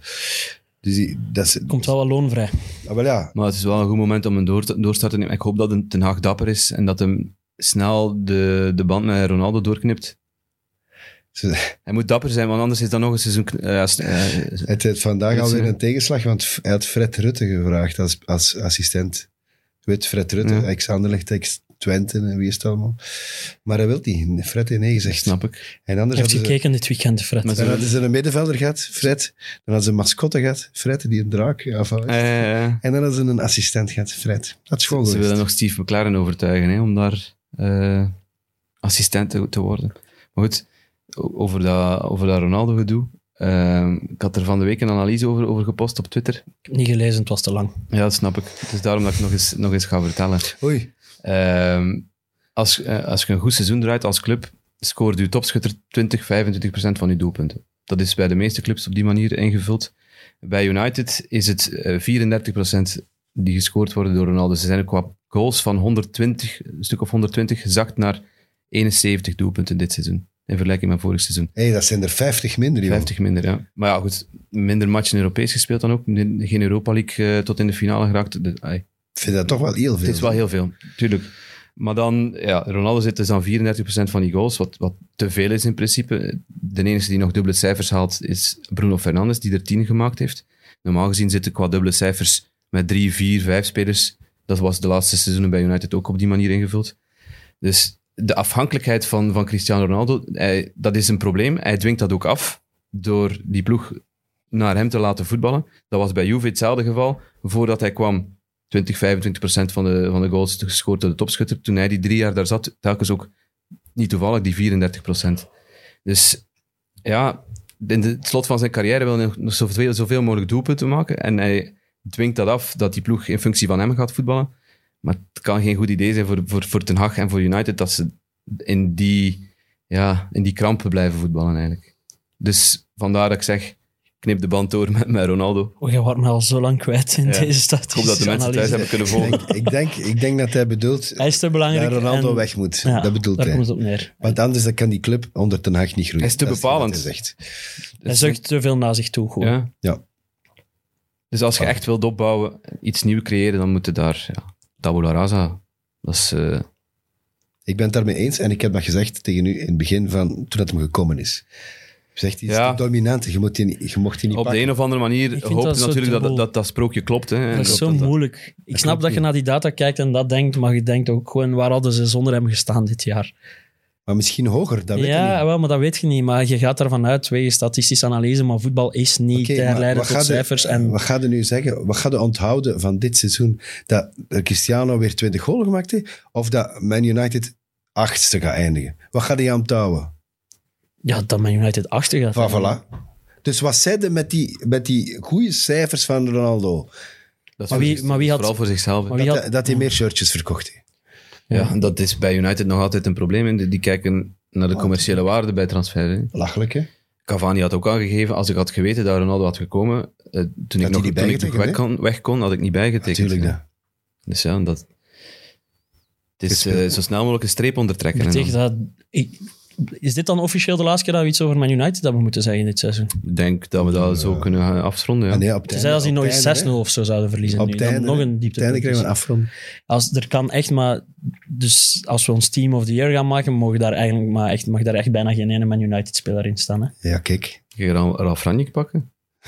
Speaker 2: Dus dat is...
Speaker 4: Komt wel wat loon vrij.
Speaker 2: Ah, wel ja.
Speaker 3: Maar het is wel een goed moment om een doorstart te nemen. Ik hoop dat een Ten Hag dapper is en dat hem snel de band met Ronaldo doorknipt. Hij moet dapper zijn, want anders is dat nog een seizoen...
Speaker 2: Het heeft vandaag alweer een tegenslag, want hij had Fred Rutte gevraagd als assistent. Je weet, Fred Rutte, ex-Anderlecht, ex-Twente en wie is het allemaal. Maar hij wil niet. Fred heeft nee gezegd.
Speaker 3: Snap ik.
Speaker 2: En anders
Speaker 4: Hij heeft gekeken dit weekend, Fred.
Speaker 3: Maar
Speaker 2: dan hadden ze een middenvelder gehad, Fred. Dan hadden ze een mascotte gehad, Fred, die een draak afhoudt. En dan hadden ze een assistent gehad, Fred. Dat is gewoon
Speaker 3: Ze
Speaker 2: geweest.
Speaker 3: willen nog Steve McLaren overtuigen, hè, om daar assistent te worden. Maar goed, over dat Ronaldo-gedoe. Ik had er van de week een analyse over gepost op Twitter.
Speaker 4: Ik heb niet gelezen, het was te lang.
Speaker 3: Ja, dat snap ik. Dus daarom dat ik nog eens ga vertellen.
Speaker 2: Oei.
Speaker 3: Als je een goed seizoen draait als club, scoort je topschutter 20-25% van je doelpunten. Dat is bij de meeste clubs op die manier ingevuld. Bij United is het 34% die gescoord worden door Ronaldo. Ze zijn ook qua goals van 120, een stuk of 120 gezakt naar 71 doelpunten dit seizoen. In vergelijking met vorig seizoen.
Speaker 2: Hey, dat zijn er 50 minder, joh.
Speaker 3: 50 minder, ja. Maar ja, goed, minder matchen Europees gespeeld dan ook. Geen Europa League tot in de finale geraakt.
Speaker 2: Ik vind dat toch wel heel veel.
Speaker 3: Het is wel heel veel, tuurlijk. Maar dan, ja, Ronaldo zit dus aan 34% van die goals, wat te veel is in principe. De enige die nog dubbele cijfers haalt is Bruno Fernandes, die er 10 gemaakt heeft. Normaal gezien zitten qua dubbele cijfers met 3, 4, 5 spelers. Dat was de laatste seizoenen bij United ook op die manier ingevuld. Dus de afhankelijkheid van Cristiano Ronaldo, dat is een probleem. Hij dwingt dat ook af door die ploeg naar hem te laten voetballen. Dat was bij Juve hetzelfde geval. Voordat hij kwam, 20-25% van de goals gescoord door de topschutter. Toen hij die 3 jaar daar zat, telkens ook niet toevallig die 34%. Dus ja, in het slot van zijn carrière wil hij nog zoveel mogelijk doelpunten maken. En hij dwingt dat af, dat die ploeg in functie van hem gaat voetballen. Maar het kan geen goed idee zijn voor Ten Hag en voor United dat ze in die krampen blijven voetballen eigenlijk. Dus vandaar dat ik zeg, knip de band door met Ronaldo.
Speaker 4: Oh, je wordt me al zo lang kwijt in deze
Speaker 3: Ik
Speaker 4: statistische
Speaker 3: hoop dat de mensen thuis hebben kunnen volgen.
Speaker 2: Ik denk dat hij bedoelt
Speaker 4: Hij is te belangrijk.
Speaker 2: dat Ronaldo
Speaker 4: en-
Speaker 2: weg moet.
Speaker 4: Ja,
Speaker 2: Dat bedoelt
Speaker 4: daar
Speaker 2: hij.
Speaker 4: komt het op neer.
Speaker 2: Want anders dan kan die club onder Ten Hag niet groeien.
Speaker 3: Hij is te
Speaker 2: Dat
Speaker 3: bepalend.
Speaker 2: wat hij zegt.
Speaker 4: Hij zuigt te veel naar zich toe. Gewoon.
Speaker 3: Ja. Dus als je echt wilt opbouwen, iets nieuws creëren, dan moet je daar tabula rasa. Dat is...
Speaker 2: Ik ben het daarmee eens en ik heb dat gezegd tegen u in het begin van toen het hem gekomen is. Je zegt, hij is
Speaker 3: Ja.
Speaker 2: te dominant, je mocht die niet
Speaker 3: op de
Speaker 2: pakken.
Speaker 3: een of andere manier
Speaker 4: vind
Speaker 3: hoop
Speaker 4: dat
Speaker 3: je
Speaker 4: zo
Speaker 3: natuurlijk
Speaker 4: dubbel.
Speaker 3: dat sprookje klopt. Hè. En
Speaker 4: Dat is zo
Speaker 3: dat-
Speaker 4: moeilijk. Ik snap
Speaker 2: klopt
Speaker 4: dat je
Speaker 2: niet.
Speaker 4: naar die data kijkt en dat denkt, maar je denkt ook gewoon, waar hadden ze zonder hem gestaan dit jaar?
Speaker 2: Maar misschien hoger, dat weet je
Speaker 4: Ja,
Speaker 2: niet.
Speaker 4: wel, maar dat weet je niet. Maar je gaat ervan uit, wegens statistische analyse, maar voetbal is niet
Speaker 2: Oké,
Speaker 4: te
Speaker 2: maar
Speaker 4: herleiden
Speaker 2: wat
Speaker 4: tot
Speaker 2: gaat
Speaker 4: cijfers. En
Speaker 2: Wat ga je nu zeggen? Wat ga je onthouden van dit seizoen? Dat Cristiano weer 20 goals gemaakt heeft? Of dat Man United 8e gaat eindigen? Wat ga je onthouden?
Speaker 4: ja, dat Man United achter gaat.
Speaker 2: Voilà. Dus wat zeiden met die goede cijfers van Ronaldo?
Speaker 3: dat is
Speaker 4: Maar wie- maar wie had-
Speaker 3: vooral voor zichzelf.
Speaker 4: maar wie had-
Speaker 2: Dat hij meer shirtjes verkocht heeft.
Speaker 3: Ja, en dat is bij United nog altijd een probleem. Hè. Die kijken naar de commerciële waarde bij transfer. Hè.
Speaker 2: Lachelijk, hè?
Speaker 3: Cavani had ook aangegeven, als ik had geweten dat Ronaldo had gekomen, toen ik nog
Speaker 2: niet bijgetekend,
Speaker 3: weg kon, had ik niet bijgetekend.
Speaker 2: Natuurlijk,
Speaker 3: hè.
Speaker 2: dat.
Speaker 3: Dus ja, dat... Het is
Speaker 2: Het is-
Speaker 3: zo snel mogelijk een streep ondertrekken. En
Speaker 4: Betekent
Speaker 3: dan-
Speaker 4: dat, is dit dan officieel de laatste keer dat we iets over Man United hebben moeten zeggen dit seizoen?
Speaker 3: Ik denk dat we dat zo kunnen gaan afronden. Ja.
Speaker 2: Ah, nee, op het
Speaker 4: Tenzij als die
Speaker 2: einde-
Speaker 4: nog
Speaker 2: op
Speaker 4: eens
Speaker 2: het
Speaker 4: 6-0
Speaker 2: einde,
Speaker 4: of zo zouden verliezen.
Speaker 2: hè. Op
Speaker 4: nu,
Speaker 2: het
Speaker 4: dan
Speaker 2: einde,
Speaker 4: nog
Speaker 2: hè.
Speaker 4: een
Speaker 2: Op het einde
Speaker 4: dieptepunt.
Speaker 2: krijgen we een afrond.
Speaker 4: Er kan echt maar... Dus als we ons Team of the Year gaan maken, mag daar echt bijna geen ene Man United-speler in staan. Hè?
Speaker 2: Ja, kijk.
Speaker 3: Ga je Ralf Rangnick pakken?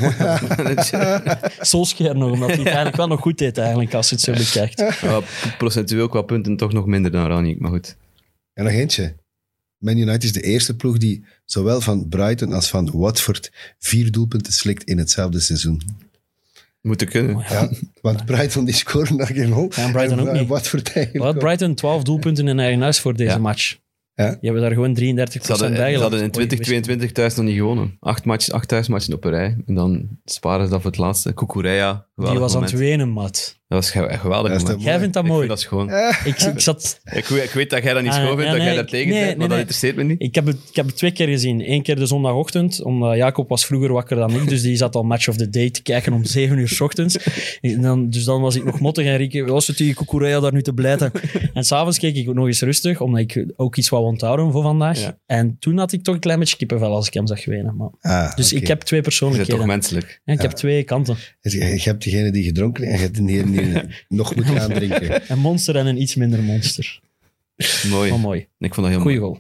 Speaker 4: Solskjaer nog, omdat hij het eigenlijk wel nog goed deed, eigenlijk, als je het zo bekijkt.
Speaker 3: Ja, procentueel qua punten toch nog minder dan Rangnick, maar goed.
Speaker 2: En nog eentje. Man United is de eerste ploeg die zowel van Brighton als van Watford 4 doelpunten slikt in hetzelfde seizoen.
Speaker 3: Moeten kunnen.
Speaker 2: Ja, want Brighton die scoren nog geen goal.
Speaker 4: Ja, en Brighton ook niet.
Speaker 2: Watford eigenlijk
Speaker 4: Wat
Speaker 2: ook.
Speaker 4: Brighton 12 doelpunten in eigen huis voor deze
Speaker 3: Ja.
Speaker 4: match.
Speaker 2: Ja.
Speaker 4: Die hebben daar gewoon 33%
Speaker 3: Ze hadden
Speaker 4: bij
Speaker 3: in
Speaker 4: gelaten.
Speaker 3: 2022 thuis nog niet gewonnen. 8 thuismatchen op een rij. En dan sparen ze dat voor het laatste. Kukureya.
Speaker 4: Die was aan het wenen, maat.
Speaker 3: Dat was een geweldig
Speaker 2: Dat is
Speaker 3: moment.
Speaker 2: toch
Speaker 4: Jij vindt dat
Speaker 3: Ik
Speaker 4: mooi.
Speaker 3: vind dat schoon.
Speaker 4: Ik zat...
Speaker 3: Ik weet dat jij dat niet
Speaker 4: Ah,
Speaker 3: schoon vindt,
Speaker 4: ja,
Speaker 3: dat jij
Speaker 4: nee,
Speaker 3: daar tegen
Speaker 4: nee,
Speaker 3: bent,
Speaker 4: nee,
Speaker 3: maar dat
Speaker 4: nee.
Speaker 3: interesseert me niet.
Speaker 4: Ik heb het 2 keer gezien. 1 keer de zondagochtend, omdat Jacob was vroeger wakker dan ik, dus die zat al Match of the Day te kijken om 7 uur 's ochtends. Dus dan was ik nog mottig en Rieke, was het die Kukureya daar nu te blijten? En s'avonds keek ik ook nog eens rustig, omdat ik ook iets wou onthouden voor vandaag.
Speaker 3: Ja.
Speaker 4: En toen had ik toch een klein beetje kippenvel als ik hem zag wenen. Maar...
Speaker 2: oké.
Speaker 4: Dus ik heb 2
Speaker 3: Je bent toch
Speaker 4: persoonlijkheden.
Speaker 3: menselijk.
Speaker 4: Ja, ik heb 2 kanten.
Speaker 2: Dus je hebt degene die gedronken heeft en je hebt degene die nog moet gaan drinken.
Speaker 4: Een monster en een iets minder monster.
Speaker 3: Mooi.
Speaker 4: Maar mooi.
Speaker 3: Ik vond dat heel
Speaker 4: Goeie
Speaker 3: mooi.
Speaker 4: goal.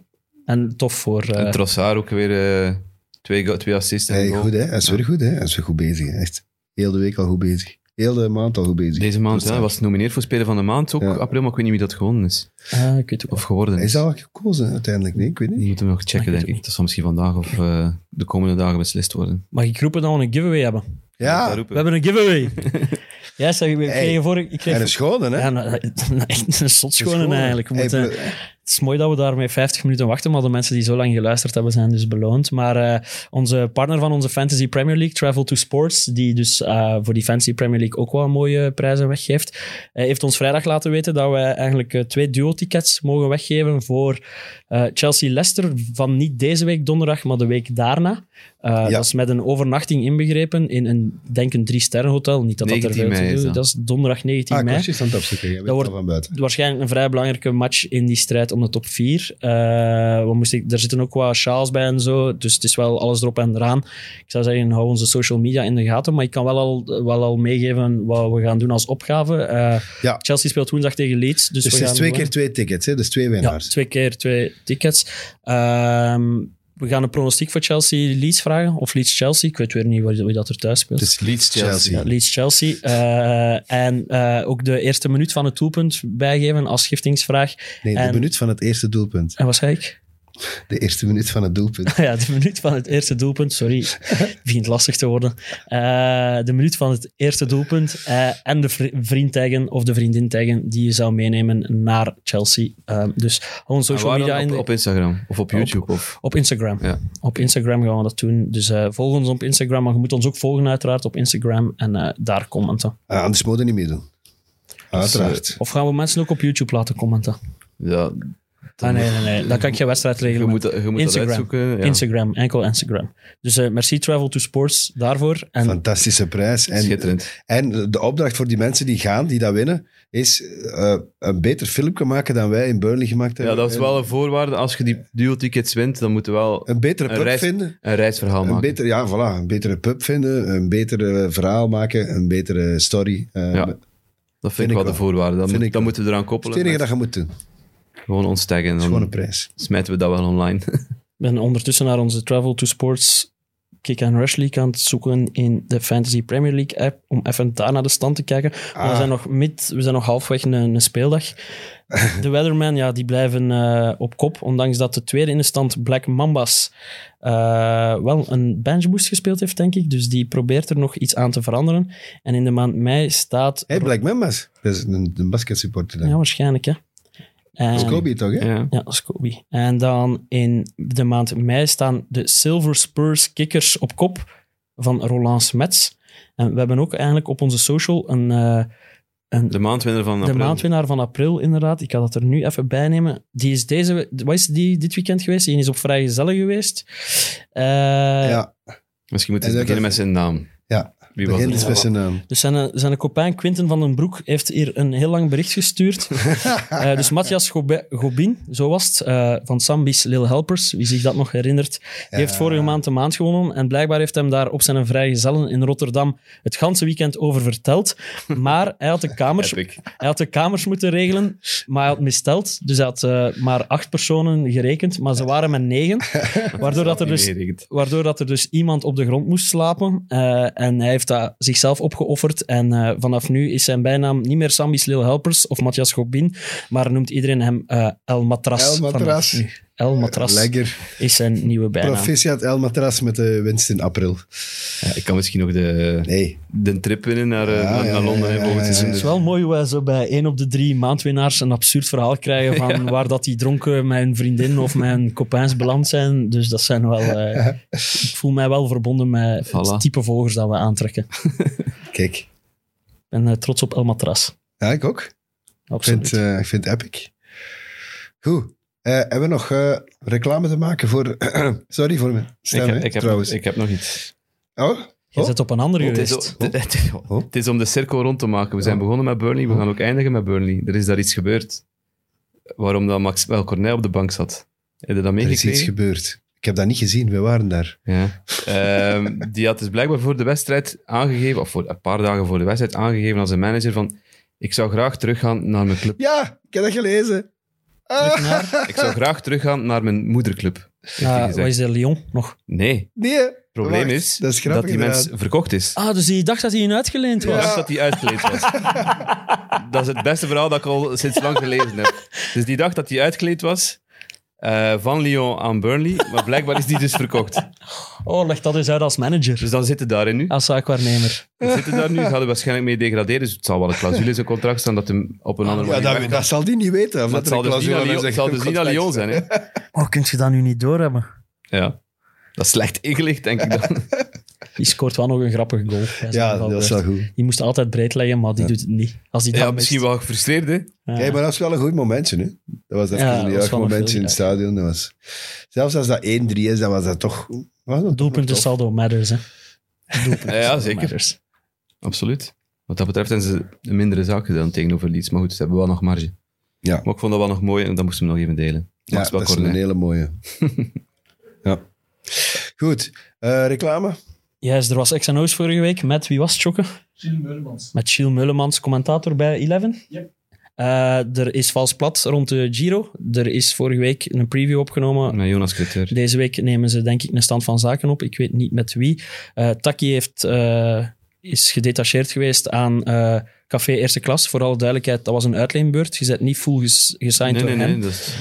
Speaker 4: En tof voor...
Speaker 3: En Trossard ook weer 2 assists. en een goal.
Speaker 2: Goed, hè? Hij is weer goed, hè? Hij is weer goed bezig, hè. Echt. Heel de week al goed bezig. Heel de maand al goed bezig.
Speaker 3: Deze maand
Speaker 2: Trossard.
Speaker 3: was genomineerd voor Speler van de Maand, ook april, maar ik weet niet wie dat gewonnen is.
Speaker 4: ik weet het
Speaker 3: Of geworden
Speaker 2: Hij
Speaker 3: is.
Speaker 2: is al gekozen uiteindelijk, nee? Ik weet niet.
Speaker 3: Die moeten we nog checken,
Speaker 4: Ik weet
Speaker 3: denk
Speaker 4: het
Speaker 3: ik.
Speaker 4: niet.
Speaker 3: Dat zal misschien vandaag of de komende dagen beslist worden.
Speaker 4: Mag ik roepen dat we een giveaway hebben?
Speaker 2: Ja,
Speaker 3: Daar
Speaker 4: We
Speaker 3: roepen.
Speaker 4: hebben een giveaway. Ja, zeg, ik kreeg voor... Ik kreeg
Speaker 2: en een schone, hè?
Speaker 4: ja, echt een zotschone
Speaker 2: Schone.
Speaker 4: eigenlijk. We
Speaker 2: Hey,
Speaker 4: moeten, het is mooi dat we daarmee 50 minuten wachten, maar de mensen die zo lang geluisterd hebben, zijn dus beloond. Maar onze partner van onze Fantasy Premier League, Travel to Sports, die dus voor die Fantasy Premier League ook wel mooie prijzen weggeeft, heeft ons vrijdag laten weten dat wij eigenlijk 2 duo-tickets mogen weggeven voor Chelsea-Leicester van niet deze week donderdag, maar de week daarna. Dat is met een overnachting inbegrepen in een, denk een 3-sterrenhotel. Niet dat dat er
Speaker 3: 19
Speaker 4: veel te
Speaker 3: mei is
Speaker 4: doen.
Speaker 3: dat.
Speaker 4: Dat is donderdag 19
Speaker 2: ik
Speaker 4: mei.
Speaker 2: was juist aan het opzoeken. Jij weet
Speaker 4: wordt-
Speaker 2: al van buiten.
Speaker 4: Waarschijnlijk een vrij belangrijke match in die strijd om de top 4. Er zitten ook wat sjaals bij en zo, dus het is wel alles erop en eraan. Ik zou zeggen, hou onze social media in de gaten, maar ik kan wel al meegeven wat we gaan doen als opgave.
Speaker 2: Ja.
Speaker 4: Chelsea speelt woensdag tegen Leeds. Dus
Speaker 2: Dus
Speaker 4: we
Speaker 2: het is
Speaker 4: gaan
Speaker 2: 2
Speaker 4: gewoon-
Speaker 2: keer 2 tickets, hè? Dus 2
Speaker 4: Ja,
Speaker 2: winnaars.
Speaker 4: 2 keer 2 tickets. We gaan een pronostiek voor Chelsea-Leeds vragen, of Leeds-Chelsea. Ik weet weer niet wie dat er thuis speelt.
Speaker 2: Dus
Speaker 3: Leeds-Chelsea.
Speaker 4: Ja, Leeds-Chelsea. En ook de eerste minuut van het doelpunt bijgeven als schiftingsvraag.
Speaker 2: Nee, de
Speaker 4: En-
Speaker 2: minuut van het eerste doelpunt.
Speaker 4: En wat zei ik?
Speaker 2: De eerste minuut van het doelpunt.
Speaker 4: Ja, de minuut van het eerste doelpunt. Sorry, het begint lastig te worden. De minuut van het eerste doelpunt. En de vriend taggen of de vriendin taggen die je zou meenemen naar Chelsea. Dus hou ons social media in.
Speaker 3: Op Instagram of op YouTube.
Speaker 4: Op Instagram.
Speaker 3: Ja.
Speaker 4: Op Instagram gaan we dat doen. Dus volg ons op Instagram. Maar je moet ons ook volgen uiteraard op Instagram. En daar commenten.
Speaker 2: Anders moet je niet meedoen. Uiteraard.
Speaker 4: Of gaan we mensen ook op YouTube laten commenten?
Speaker 3: Ja,
Speaker 4: Nee. Dan kan ik geen wedstrijd regelen.
Speaker 3: je
Speaker 4: met
Speaker 3: moet dat
Speaker 4: Instagram.
Speaker 3: uitzoeken. Ja.
Speaker 4: Instagram, enkel Instagram. Dus merci Travel to Sports daarvoor. En
Speaker 2: Fantastische prijs.
Speaker 3: Schitterend.
Speaker 2: En de opdracht voor die mensen die gaan, die dat winnen, is een beter filmpje maken dan wij in Burnley gemaakt
Speaker 3: Ja,
Speaker 2: hebben.
Speaker 3: dat is wel een voorwaarde. Als je die duo-tickets wint, dan moeten we wel
Speaker 2: Een betere pub vinden.
Speaker 3: een reisverhaal
Speaker 2: Een
Speaker 3: maken.
Speaker 2: beter, ja, voilà, een betere pub vinden, een beter verhaal maken, een betere story.
Speaker 3: Ja. Dat vind ik wel de voorwaarde.
Speaker 2: Vind ik
Speaker 3: Dan
Speaker 2: wel.
Speaker 3: moeten we eraan
Speaker 2: Het is
Speaker 3: koppelen.
Speaker 2: het enige
Speaker 3: met
Speaker 2: dat je moet doen.
Speaker 3: gewoon ons taggen. En
Speaker 2: Het is gewoon
Speaker 3: dan
Speaker 2: een prijs.
Speaker 3: smijten we dat wel online.
Speaker 4: Ik ben ondertussen naar onze Travel to Sports Kick and Rush League aan het zoeken in de Fantasy Premier League app, om even daar naar de stand te kijken. Maar we zijn nog halfweg een speeldag. De Weathermen, ja, die blijven op kop, ondanks dat de tweede in de stand, Black Mambas, wel een bench boost gespeeld heeft, denk ik. Dus die probeert er nog iets aan te veranderen. En in de maand mei staat...
Speaker 2: Hey, Black Mambas. Dat is een basketsupporter dan.
Speaker 4: Ja, waarschijnlijk, hè.
Speaker 2: Dat is Kobe toch, hè?
Speaker 3: Ja.
Speaker 4: Ja, dat is Kobe. En dan in de maand mei staan de Silver Spurs Kickers op kop van Roland Smets. En we hebben ook eigenlijk op onze social
Speaker 3: De maandwinnaar van
Speaker 4: de
Speaker 3: april.
Speaker 4: maandwinnaar van april, inderdaad. Ik ga dat er nu even bij nemen. Die is wat is die dit weekend geweest? Die is op Vrijgezellen geweest.
Speaker 2: Ja,
Speaker 3: Misschien moeten
Speaker 2: En
Speaker 3: we
Speaker 2: dat-
Speaker 3: beginnen met zijn naam.
Speaker 2: ja.
Speaker 3: Wie was
Speaker 2: Begin
Speaker 3: het?
Speaker 2: is met zijn naam.
Speaker 4: Dus zijn kopijn Quinten van den Broek heeft hier een heel lang bericht gestuurd. Dus Matthias Gobin, zo was het, van Sambi's Little Helpers, wie zich dat nog herinnert, die heeft vorige maand de maand gewonnen en blijkbaar heeft hem daar op zijn vrijgezellen in Rotterdam het ganse weekend over verteld. Maar hij had de kamers moeten regelen, maar hij had misteld. Dus hij had maar 8 personen gerekend, maar ze waren met 9. Waardoor dat er dus iemand op de grond moest slapen. En hij heeft dat zichzelf opgeofferd. En vanaf nu is zijn bijnaam niet meer Sambi's Little Helpers of Matthias Gobin, maar noemt iedereen hem El Matras.
Speaker 2: El Matras.
Speaker 4: vanaf nu. El Matras
Speaker 2: Lekker.
Speaker 4: is zijn nieuwe bijnaam.
Speaker 2: Proficiat El Matras met de winst in april.
Speaker 3: Ja, ik kan misschien nog de trip winnen naar Londen hè, volgend seizoen.
Speaker 4: Het is wel mooi hoe wij zo bij 1 op de 3 maandwinnaars een absurd verhaal krijgen van waar dat die dronken mijn vriendin of mijn copains beland zijn. Dus dat zijn wel... ik voel mij wel verbonden met het type volgers dat we aantrekken.
Speaker 2: Kijk.
Speaker 4: Ik ben trots op El Matras.
Speaker 2: Ja, ik ook.
Speaker 4: Absoluut.
Speaker 2: Ik vind het epic. Goed. Hebben we nog reclame te maken voor... Sorry voor mijn stem, trouwens.
Speaker 3: Ik heb nog iets.
Speaker 2: Oh?
Speaker 4: Je zit op een andere geweest.
Speaker 3: Het is om de cirkel rond te maken. We zijn begonnen met Burnley, we gaan ook eindigen met Burnley. Er is daar iets gebeurd. Waarom dat Maxwell Cornet op de bank zat. Heb je dat
Speaker 2: Er is
Speaker 3: meegekregen?
Speaker 2: iets gebeurd. Ik heb dat niet gezien, we waren daar.
Speaker 3: Ja. Die had dus blijkbaar voor de wedstrijd aangegeven, of voor een paar dagen voor de wedstrijd aangegeven als een manager van ik zou graag teruggaan naar mijn club.
Speaker 2: Ja, ik heb dat gelezen.
Speaker 4: Terug naar...
Speaker 3: Ik zou graag teruggaan naar mijn moederclub. heeft hij gezegd.
Speaker 4: Wat is dat, Lyon nog?
Speaker 3: Nee,
Speaker 2: Nee,
Speaker 3: het probleem
Speaker 2: wacht,
Speaker 3: is
Speaker 2: dat is grappig
Speaker 3: die mens
Speaker 2: inderdaad.
Speaker 3: verkocht is.
Speaker 4: Ah, dus die dacht dat hij uitgeleend was.
Speaker 3: Ik dacht dat hij uitgeleend was. Dat is het beste verhaal dat ik al sinds lang gelezen heb. Dus die dacht dat hij uitgeleend was van Lyon aan Burnley, maar blijkbaar is die dus verkocht.
Speaker 4: Oh, leg dat eens uit als manager.
Speaker 3: Dus dan zitten daarin nu.
Speaker 4: Als zaakwaarnemer.
Speaker 3: We zitten daar nu, gaat er waarschijnlijk mee degraderen. Dus het zal wel een clausule in zijn contract staan dat hem op een andere
Speaker 2: Ja,
Speaker 3: manier
Speaker 2: dat zal die niet weten. Of
Speaker 3: Maar
Speaker 2: dat
Speaker 3: het
Speaker 2: er
Speaker 3: zal
Speaker 2: een
Speaker 3: dus niet
Speaker 2: clausule
Speaker 3: naar
Speaker 2: in
Speaker 3: Lyon-
Speaker 2: zijn
Speaker 3: het zal dus niet naar Lyon zijn. Hè?
Speaker 4: Oh, kun je dat nu niet doorhebben?
Speaker 3: Ja. Dat is slecht ingelicht, denk ik dan.
Speaker 4: Die scoort wel nog een grappige goal. bij zijn
Speaker 2: Ja,
Speaker 4: aanval.
Speaker 2: dat is wel goed.
Speaker 4: Die moest altijd breed leggen, maar die doet het niet. Als die dat
Speaker 3: Ja,
Speaker 4: mist.
Speaker 3: misschien wel gefrustreerd, hè?
Speaker 4: Ja.
Speaker 2: Ja, maar dat is wel een goed momentje. Hè? Dat was even
Speaker 4: Ja,
Speaker 2: een
Speaker 4: dat was wel een
Speaker 2: juichmomentje in het
Speaker 4: veel,
Speaker 2: stadion. Dat was, zelfs als dat 1-3 is, dan was dat toch... Was dat
Speaker 4: Doelpunten
Speaker 2: toch tof.
Speaker 4: saldo matters, hè.
Speaker 3: Ja, zeker.
Speaker 4: Matters.
Speaker 3: Absoluut. Wat dat betreft zijn ze een mindere zaak gedaan tegenover Leeds. Maar goed, ze hebben wel nog marge.
Speaker 2: Ja.
Speaker 3: Maar ik vond dat wel nog mooi en dat moesten we nog even delen.
Speaker 2: Ja,
Speaker 3: Maxwell
Speaker 2: dat is een
Speaker 3: Cornet.
Speaker 2: hele mooie. Ja. Goed. Reclame?
Speaker 4: Ja, dus er was X&O's vorige week met, wie was het, Tjokke? Met Gilles Meulemans, commentator bij Eleven.
Speaker 5: Yep.
Speaker 4: Er is vals plat rond de Giro. Er is vorige week een preview opgenomen.
Speaker 3: Met Jonas Kreteur.
Speaker 4: Deze week nemen ze denk ik een stand van zaken op. Ik weet niet met wie. Taki is gedetacheerd geweest aan Café Eerste Klas. Voor alle duidelijkheid, dat was een uitleenbeurt. Je bent niet full gesigned door hem.
Speaker 3: Dat is...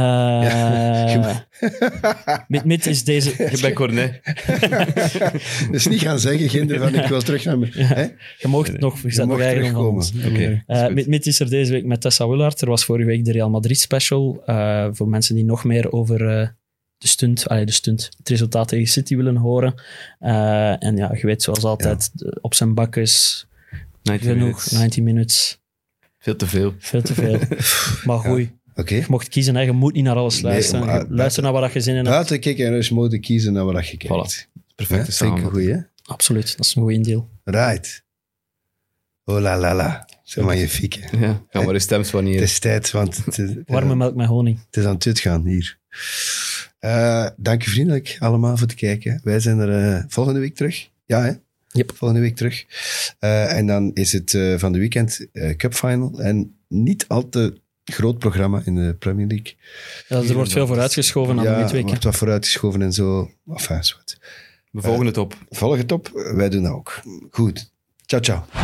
Speaker 4: Mit is deze...
Speaker 3: Ik ben Cornet.
Speaker 2: Dus niet gaan zeggen, Ginder, van ik wil terug naar me. Hè?
Speaker 4: Je mocht het nog, je
Speaker 2: Je
Speaker 4: bent nog
Speaker 2: mocht
Speaker 4: eigendom van ons.
Speaker 2: terugkomen.
Speaker 3: Oké.
Speaker 4: Mit is er deze week met Tessa Willard. Er was vorige week de Real Madrid special. Voor mensen die nog meer over het resultaat tegen City willen horen. En ja, je weet zoals altijd, op zijn bak is
Speaker 3: 90
Speaker 4: genoeg.
Speaker 3: minutes.
Speaker 4: 90 minutes.
Speaker 3: Veel te veel.
Speaker 4: Veel te veel. Maar goed,
Speaker 2: Oké.
Speaker 4: je mocht kiezen. Hè. Je moet niet naar alles
Speaker 2: Nee,
Speaker 4: luisteren.
Speaker 2: maar-
Speaker 4: Luister naar wat je zin in hebt.
Speaker 2: Buiten kijken en dus mode kiezen naar wat je kijkt.
Speaker 3: Voilà. Perfecte
Speaker 2: Ja, vind ik een
Speaker 3: samenvatting.
Speaker 2: goeie, hè?
Speaker 4: Absoluut, dat is een goede deal.
Speaker 2: Right. Oh la la la. Zo magnifiek, hè?
Speaker 3: Ja, ga maar eens stems wanneer.
Speaker 2: Het is tijd, want
Speaker 4: Warme melk met honing.
Speaker 2: het is aan het uitgaan hier. Dank u vriendelijk allemaal voor het kijken. Wij zijn er volgende week terug. Ja, hè?
Speaker 4: Yep.
Speaker 2: Volgende week terug. En dan is het van de weekend Cup Final. En niet al te groot programma in de Premier League.
Speaker 4: Ja, er wordt veel vooruitgeschoven aan de
Speaker 2: Ja,
Speaker 4: midweek.
Speaker 2: wordt wat vooruitgeschoven en zo. Enfin, zo wat.
Speaker 3: We volgen het op.
Speaker 2: Volg het op. Wij doen dat ook. Goed. Ciao, ciao.